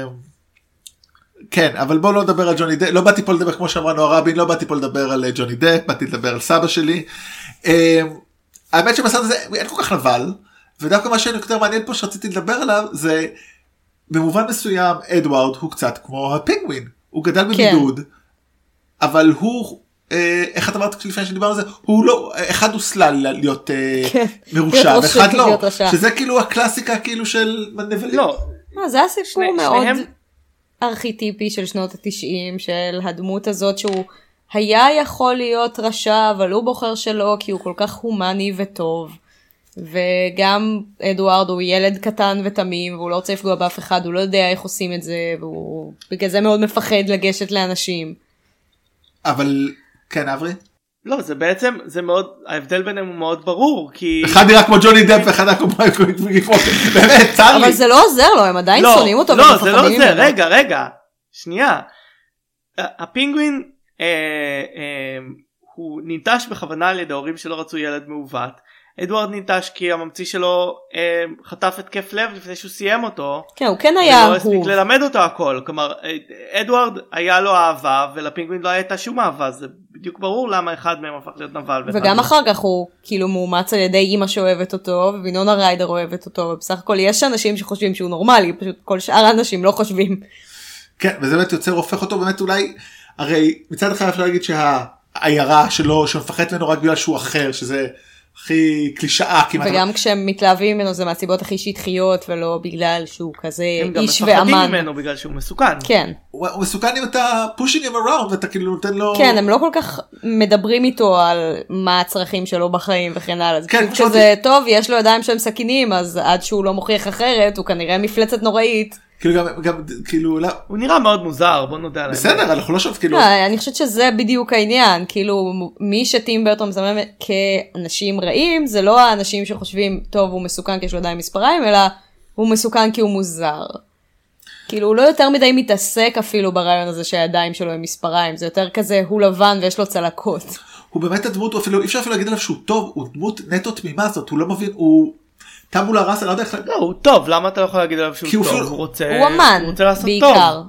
כן, אבל בואו לא נדבר על ג'וני דפ, לא באתי פה לדבר כמו שאמרה נועה רבין, לא באתי פה לדבר על ג'וני דפ, באתי לדבר על סבא שלי. האמת שבסרט הזה אין כל כך נבל, ודווקא מה שיותר מעניין פה שרציתי לדבר עליו, זה במובן מסוים אדוארד הוא קצת כמו הפינגווין, הוא גדל בבידוד, אבל הוא, איך את אמרת לפני שדיבר על זה, הוא לא, אחד הוא סלל להיות מרושע, ואחד לא, שזה כאילו הקלאסיקה כאילו של נבלים. לא, זה הסיפור מאוד... ארכיטיפי של שנות ה-90, של הדמות הזאת שהוא היה יכול להיות רשע, אבל הוא בוחר שלא, כי הוא כל כך הומני וטוב. וגם אדוארד הוא ילד קטן ותמים, והוא לא רוצה לפגוע באף אחד, הוא לא יודע איך עושים את זה, והוא בגלל זה מאוד מפחד לגשת לאנשים. אבל, כן, אברי? לא, זה בעצם, זה מאוד, ההבדל ביניהם הוא מאוד ברור, כי... אחד נראה כמו ג'וני דפ, ואחד נראה כמו באמת, צר לי. אבל זה לא עוזר לו, הם עדיין שונאים אותו. לא, זה לא עוזר, רגע, שנייה. הפינגווין, הוא ניטש בכוונה על ידי ההורים שלא רצו ילד מעוות. אדוארד ניטש כי הממציא שלו חטף התקף לב לפני שהוא סיים אותו. כן, הוא כן היה ולא הספיק ללמד אותו הכל. כלומר, אדוארד היה לו אהבה, ולפינגווין לא הייתה שום אהבה. זה בדיוק ברור למה אחד מהם הפך להיות נבל. וגם אחר כך הוא כאילו מאומץ על ידי אמא שאוהבת אותו, ווינונה ריידר אוהבת אותו, ובסך הכל יש אנשים שחושבים שהוא נורמלי, פשוט כל שאר האנשים לא חושבים. כן, וזה באמת יוצר, הופך אותו באמת אולי, הרי מצד אחד אפשר להגיד שהעיירה שלו, שמפחד ממנו רק בגלל שהוא אחר, שזה הכי קלישאה כמעט. וגם כשהם מתלהבים ממנו זה מהסיבות הכי שטחיות, ולא בגלל שהוא כזה איש ואמן. הם גם מפחדים ממנו בגלל שהוא מסוכן. כן. הוא מסוכן אם אתה pushing him around, ואתה כאילו נותן לו... כן, הם לא כל כך מדברים איתו על מה הצרכים שלו בחיים וכן הלאה. כן, פשוט כזה טוב, יש לו ידיים שהם סכינים, אז עד שהוא לא מוכיח אחרת, הוא כנראה מפלצת נוראית. כאילו גם כאילו לא. הוא נראה מאוד מוזר, בוא נודע עליו. בסדר, אנחנו לא שוב כאילו. אני חושבת שזה בדיוק העניין, כאילו מי שטים ברטון מזמם כאנשים רעים, זה לא האנשים שחושבים טוב הוא מסוכן כי יש לו ידיים מספריים, אלא הוא מסוכן כי הוא מוזר. כאילו הוא לא יותר מדי מתעסק אפילו ברעיון הזה שהידיים שלו הם מספריים, זה יותר כזה הוא לבן ויש לו צלקות. הוא באמת הדמות, אי אפשר אפילו להגיד עליו שהוא טוב, הוא דמות נטו תמימה הזאת, הוא לא מבין, הוא טאבולה ראסה, לא יודע איך... לא, הוא טוב, למה אתה לא יכול להגיד עליו שהוא טוב? הוא אמן, בעיקר.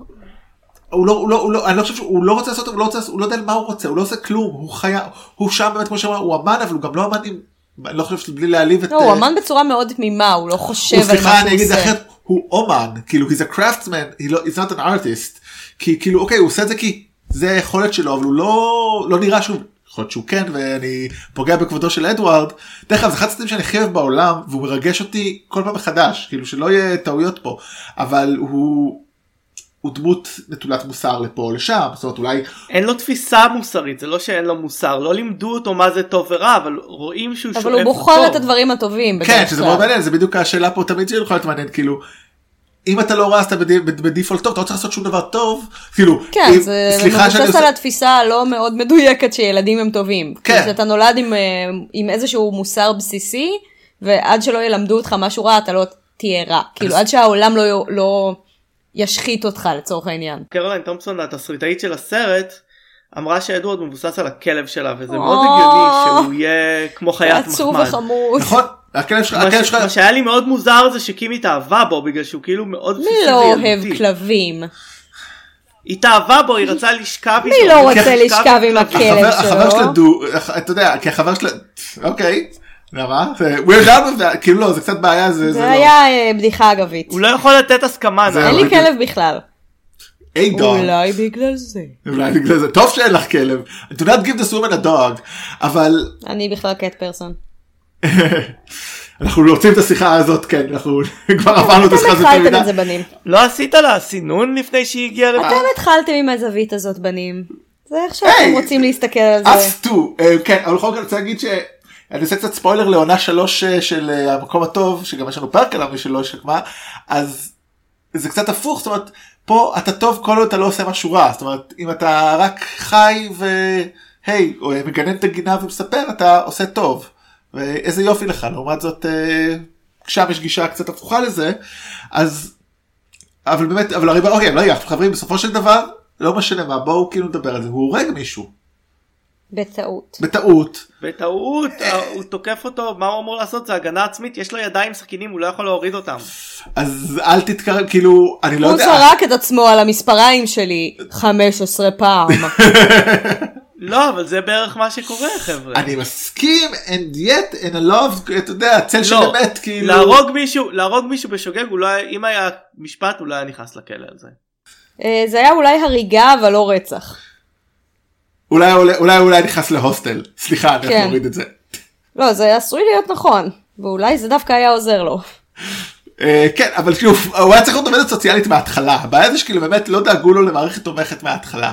אני לא חושב שהוא לא רוצה לעשות, הוא לא יודע מה הוא רוצה, הוא לא עושה כלום, הוא שם באמת כמו שאמר, הוא אמן, אבל הוא גם לא אמן, אני לא חושב שבלי להעליב את... לא, הוא אמן בצורה מאוד תמימה, הוא לא חושב על מה שהוא עושה. אני אגיד אחרת, הוא אומן, כאילו, he's a craftsman, he's not an artist, כי כאילו, אוקיי, הוא עושה את זה כי זה היכולת שלו, אבל הוא לא נראה שהוא... יכול להיות שהוא כן, ואני פוגע בכבודו של אדוארד. דרך אגב, זה אחד הסרטים שאני הכי אוהב בעולם, והוא מרגש אותי כל פעם מחדש, כאילו שלא יהיה טעויות פה, אבל הוא דמות נטולת מוסר לפה או לשם, זאת אומרת אולי... אין לו תפיסה מוסרית, זה לא שאין לו מוסר, לא לימדו אותו מה זה טוב ורע, אבל רואים שהוא שואף טוב. אבל הוא בוחר את הדברים הטובים. כן, שזה מאוד מעניין, זה בדיוק השאלה פה תמיד שהיא יכולה להיות מעניין, כאילו... אם אתה לא רע, אז אתה בדיפולט טוב, אתה לא צריך לעשות שום דבר טוב, כאילו, כן, זה מבוסס על התפיסה הלא מאוד מדויקת שילדים הם טובים. כן. אתה נולד עם איזשהו מוסר בסיסי, ועד שלא ילמדו אותך משהו רע, אתה לא תהיה רע. כאילו, עד שהעולם לא ישחית אותך לצורך העניין. קרוליין תומפסון, התסריטאית של הסרט, אמרה שאדוארד מבוסס על הכלב שלה, וזה מאוד הגיוני שהוא יהיה כמו חיית מחמד. עצוב וחמוד. נכון. מה שהיה לי מאוד מוזר זה שקימי התאהבה בו בגלל שהוא כאילו מאוד בסיסי וילדותי. מי לא אוהב כלבים? היא התאהבה בו, היא רצה לשכב איתו. מי לא רוצה לשכב עם הכלב שלו? החבר שלה, אתה יודע, כי החבר שלה, אוקיי, למה? we're done with that, כאילו לא, זה קצת בעיה, זה היה בדיחה אגבית. הוא לא יכול לתת הסכמה. אין לי כלב בכלל. A dog. אולי בגלל זה. טוב שאין לך כלב. Do not give this woman a dog. אבל... אני בכלל קט פרסון. אנחנו רוצים את השיחה הזאת, כן, אנחנו כבר עברנו את השיחה הזאת. אתם התחלתם את זה בנים. לא עשית לה סינון לפני שהיא הגיעה לפה? אתם התחלתם עם הזווית הזאת בנים. זה איך שאתם רוצים להסתכל על זה. us too. כן, אבל בכל זאת אני רוצה להגיד אני עושה קצת ספוילר לעונה 3 של המקום הטוב, שגם יש לנו פרק עליו מי שלא שקמה, אז זה קצת הפוך, זאת אומרת, פה אתה טוב כל עוד אתה לא עושה משהו רע, זאת אומרת, אם אתה רק חי והי, או מגנן את הגינה ומספר, אתה עושה טוב. ואיזה יופי לך, לעומת זאת, שם יש גישה קצת הפוכה לזה, אז, אבל באמת, אבל הרי, אוקיי, לא יחד, חברים, בסופו של דבר, לא משנה מה, בואו כאילו נדבר על זה, הוא הורג מישהו. בטעות. בטעות, הוא תוקף אותו, מה הוא אמור לעשות? זה הגנה עצמית, יש לו ידיים סכינים, הוא לא יכול להוריד אותם. אז אל תתקרב, כאילו, אני לא יודע. הוא זרק את עצמו על המספריים שלי 15 פעם. לא, אבל זה בערך מה שקורה, חבר'ה. אני מסכים, and yet, in a love, אתה יודע, צל של אמת, כאילו. להרוג מישהו בשוגג, אם היה משפט, הוא לא היה נכנס לכלא על זה. זה היה אולי הריגה, אבל לא רצח. אולי נכנס להוסטל. סליחה, אני אוריד את זה. לא, זה עשוי להיות נכון, ואולי זה דווקא היה עוזר לו. כן, אבל כאילו, הוא היה צריך להיות עובדת סוציאלית מההתחלה. הבעיה זה שכאילו באמת לא דאגו לו למערכת תומכת מההתחלה.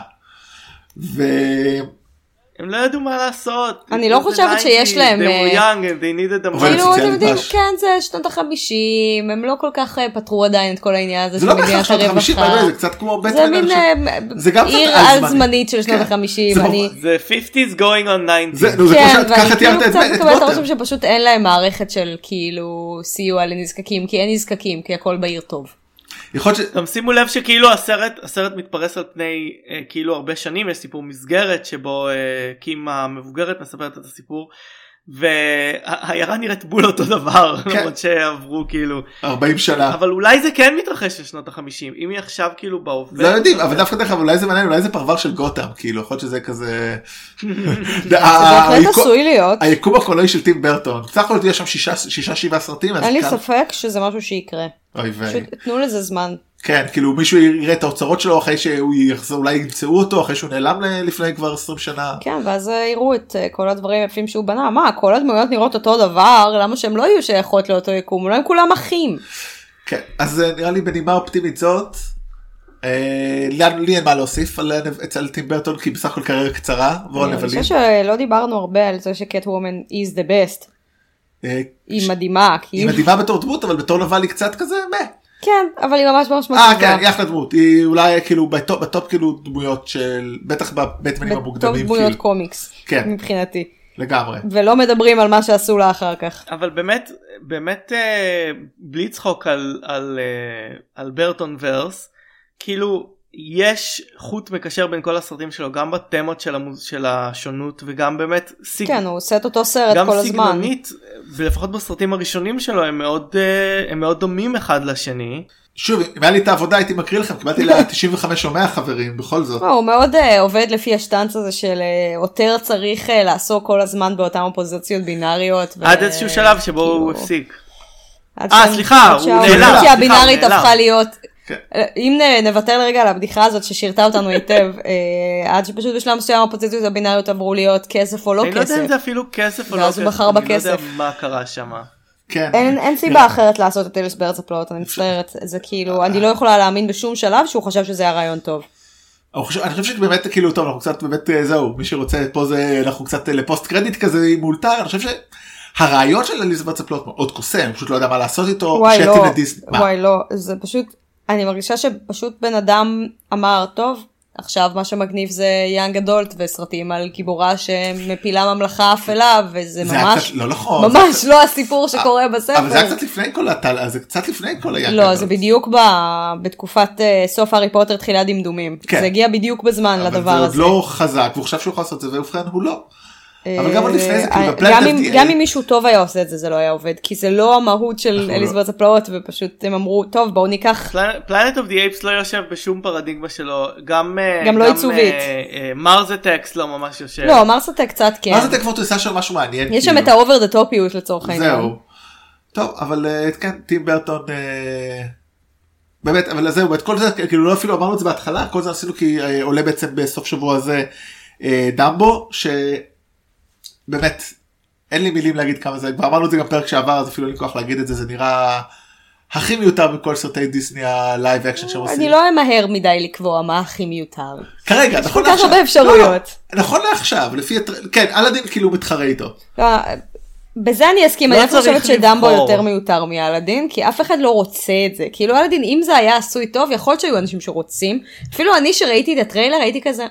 הם לא ידעו מה לעשות. אני לא חושבת שיש להם... They were young and they needed a כאילו, אתם יודעים, כן, זה שנות ה-50, הם לא כל כך פתרו עדיין את כל העניין הזה. זה לא בכלל שנות ה-50, זה קצת כמו בית מין, זה עיר על זמנית של שנות ה-50. זה 50's going on 90's. כן, ואני כאילו קצת מקבלת הרושם שפשוט אין להם מערכת של כאילו סיוע לנזקקים, כי אין נזקקים, כי הכל בעיר טוב. גם שימו לב שכאילו הסרט מתפרס על פני כאילו הרבה שנים, יש סיפור מסגרת שבו קים המבוגרת מספרת את הסיפור, והעיירה נראית בול אותו דבר, למרות שעברו כאילו 40 שנה. אבל אולי זה כן מתרחש לשנות ה-50, אם היא עכשיו כאילו בהווה. לא יודעים, אבל דווקא דרך, אולי זה מעניין, אולי זה פרבר של גותם, כאילו, יכול להיות שזה כזה... זה בהחלט עשוי להיות. היקום הקולנועי של טים ברטון, בסך הכל יש שם 6-7 סרטים. אין לי ספק שזה משהו שיקרה. פשוט תנו לזה זמן. כן, כאילו מישהו יראה את האוצרות שלו אחרי שהוא יחזור, אולי ימצאו אותו אחרי שהוא נעלם לפני כבר 20 שנה. כן, ואז יראו את כל הדברים יפים שהוא בנה. מה, כל הדמויות נראות אותו דבר, למה שהם לא יהיו שייכות לאותו יקום? אולי הם כולם אחים. כן, אז נראה לי בנימה אופטימית זאת, לי אין מה להוסיף אצל טים ברטון, כי בסך הכל קריירה קצרה, אני חושב שלא דיברנו הרבה על זה שקט וומן is the best. היא מדהימה. היא מדהימה בתור דמות, אבל בתור נבל היא קצת כזה, כן, אבל היא ממש מגניבה. כן, היא אחלה דמות. היא אולי כאילו בטופ כאילו דמויות של, בטח בבטמנים המוקדמים. בטופ דמויות קומיקס, מבחינתי. לגמרי. ולא מדברים על מה שעשו לה אחר כך. אבל באמת בלי צחוק על ברטון ורס, כאילו יש חוט מקשר בין כל הסרטים שלו, גם בתמות של השונות, וגם באמת כן, הוא עושה את אותו סרט כל הזמן. גם סגנונית, ולפחות בסרטים הראשונים שלו, הם מאוד דומים אחד לשני. שוב, אם היה לי את העבודה, הייתי מקריא לכם, קיבלתי לה 95 או 100 חברים, בכל זאת. הוא מאוד עובד לפי השטנץ הזה של יותר צריך לעסוק כל הזמן באותן אופוזיציות בינאריות. עד איזשהו שלב שבו הוא הפסיק. סליחה, הוא נעלם. שהבינארית הפכה להיות... אם נוותר לרגע על הבדיחה הזאת ששירתה אותנו היטב, עד שפשוט בשלב מסוים הפוזיציות הבינאריות עברו להיות כסף או לא כסף. אני לא יודע אם זה אפילו כסף או לא כסף. ואז הוא בחר בכסף. אני לא יודע מה קרה שם. אין סיבה אחרת לעשות את אלס בארץ הפלאות, אני מצטערת, זה כאילו, אני לא יכולה להאמין בשום שלב שהוא חשב שזה היה רעיון טוב. אני חושב שבאמת כאילו טוב, אנחנו קצת באמת זהו, מי שרוצה פה זה, אנחנו קצת לפוסט קרדיט כזה מאולתר, אני חושב שהרעיון של אלס בארץ הפלאות מאוד קוסם, אני פשוט לא יודע מה לעשות איתו. וואי לא, זה פשוט, אני מרגישה שפשוט בן אדם אמר, טוב, עכשיו מה שמגניב זה יאנג אדולט וסרטים על גיבורה שמפילה ממלכה אפלה, וזה ממש לא נכון. ממש לא הסיפור שקורה בספר. אבל זה היה קצת לפני כל זה קצת לפני כל היאנג אדולט. לא, זה בדיוק בתקופת סוף הארי פוטר תחילת דמדומים. זה הגיע בדיוק בזמן לדבר הזה. אבל זה עוד לא חזק, והוא חשב שהוא יכול לעשות את זה, ובכן הוא לא. אבל גם עוד לפני זה, כאילו, בפלנט FDA... גם אם מישהו טוב היה עושה את זה, זה לא היה עובד, כי זה לא המהות של אליזבת הפלאות, ופשוט הם אמרו, טוב, בואו ניקח... פלנט אוף די אייפס לא יושב בשום פרדיגמה שלו, גם לא עיצובית. מרס אטקס לא ממש יושב. לא, מרס אטק קצת כן. מרס אטק כבר תעשה שם משהו מעניין. יש שם את האובר דה טופיות לצורך העניין. זהו. טוב, אבל כן, טים ברטון... באמת, אבל זהו, את כל זה, כאילו לא אפילו אמרנו את זה בהתחלה, כל זה עשינו כי עולה בעצם בסוף שבוע הזה דמבו, שבאמת, אין לי מילים להגיד כמה זה, כבר אמרנו את זה גם פרק שעבר, אז אפילו אין לי כוח להגיד את זה, זה נראה הכי מיותר מכל סרטי דיסני הלייב אקשן שהם עושים. אני לא אמהר מדי לקבוע מה הכי מיותר. כרגע, נכון לעכשיו. יש כל כך הרבה אפשרויות. נכון לעכשיו, כן, אלאדין כאילו מתחרה איתו. בזה אני אסכים, אני חושבת שדמבו יותר מיותר מאלאדין, כי אף אחד לא רוצה את זה. כאילו אלאדין, אם זה היה עשוי טוב, יכול להיות שהיו אנשים שרוצים. אפילו אני שראיתי את הטריילר, הייתי כזה,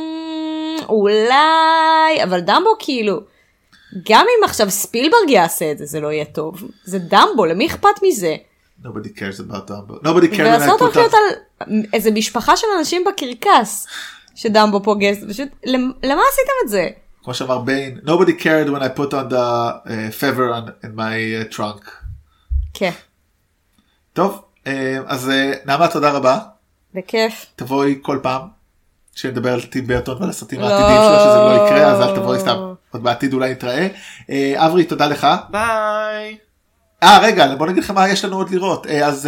אולי, אבל דמבו כאילו, גם אם עכשיו ספילברג יעשה את זה, זה לא יהיה טוב. זה דמבו, למי אכפת מזה? Nobody cares about Dumbo. Nobody cares ולעשות הולכות על איזה משפחה של אנשים בקרקס, שדמבו פוגס, פשוט, למה עשיתם את זה? כמו שאמר ביין, nobody cared when I put on the feather in my trunk. כן. טוב, אז נעמה, תודה רבה. בכיף. תבואי כל פעם שנדבר על טים ברטון ועל הסרטים העתידיים שלו, שזה לא יקרה, אז אל תבואי סתם, עוד בעתיד אולי נתראה. אברי, תודה לך. ביי. רגע, בוא נגיד לכם מה יש לנו עוד לראות. אז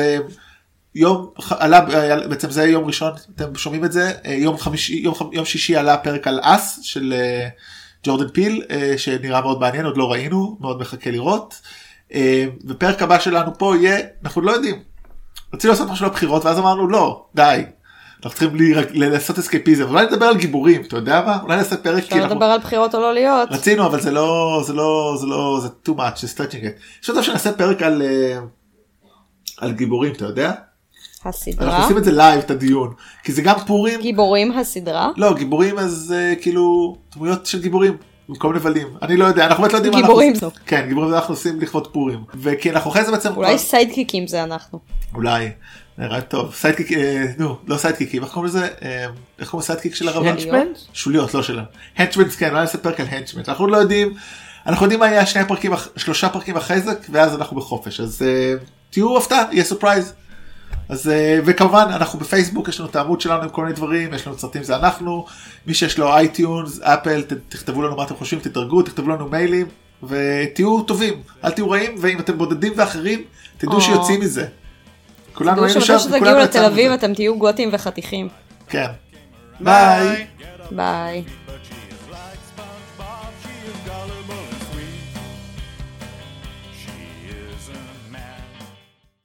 בעצם זה יום ראשון, אתם שומעים את זה, יום שישי עלה פרק על אס של ג'ורדן פיל, שנראה מאוד מעניין, עוד לא ראינו, מאוד מחכה לראות. ופרק הבא שלנו פה יהיה, אנחנו לא יודעים, רצינו לעשות משהו לבחירות, ואז אמרנו לא, די, אנחנו צריכים לעשות אסקייפיזם, אולי נדבר על גיבורים, אתה יודע מה? אולי נעשה פרק, אפשר לדבר על בחירות או לא להיות. רצינו, אבל זה too much, זה stretching it. יש עוד שנעשה פרק על גיבורים, אתה יודע? הסדרה? אנחנו עושים את זה לייב, את הדיון, כי זה גם פורים. גיבורים הסדרה? לא, גיבורים אז כאילו דמויות של גיבורים, במקום נבלים. אני לא יודע, אנחנו באמת לא יודעים מה אנחנו גיבורים. כן, גיבורים אנחנו עושים לכבוד פורים. וכי אנחנו אחרי זה בעצם... אולי סיידקיקים זה אנחנו. אולי, נראה טוב. סיידקיק, לא סיידקיקים, איך קוראים לזה? איך קוראים לסיידקיק של הרבן? שוליות, לא שלנו. הנצ'מנס, כן, אולי נספר כאן הנצ'מנס. אנחנו לא יודעים, אנחנו יודעים מה יהיה שלושה פרקים אחרי זה, ואז אנחנו בחופש. אז תהיו הפתעה, יהיה סופרייז. אז וכמובן אנחנו בפייסבוק, יש לנו את העמוד שלנו עם כל מיני דברים, יש לנו סרטים, זה אנחנו, מי שיש לו אייטיונס, אפל, תכתבו לנו מה אתם חושבים, תדרגו, תכתבו לנו מיילים ותהיו טובים, אל תהיו רעים, ואם אתם בודדים ואחרים תדעו שיוצאים מזה. כולנו היינו שם, שתגיעו לתל אביב אתם תהיו גותים וחתיכים. כן. ביי. ביי.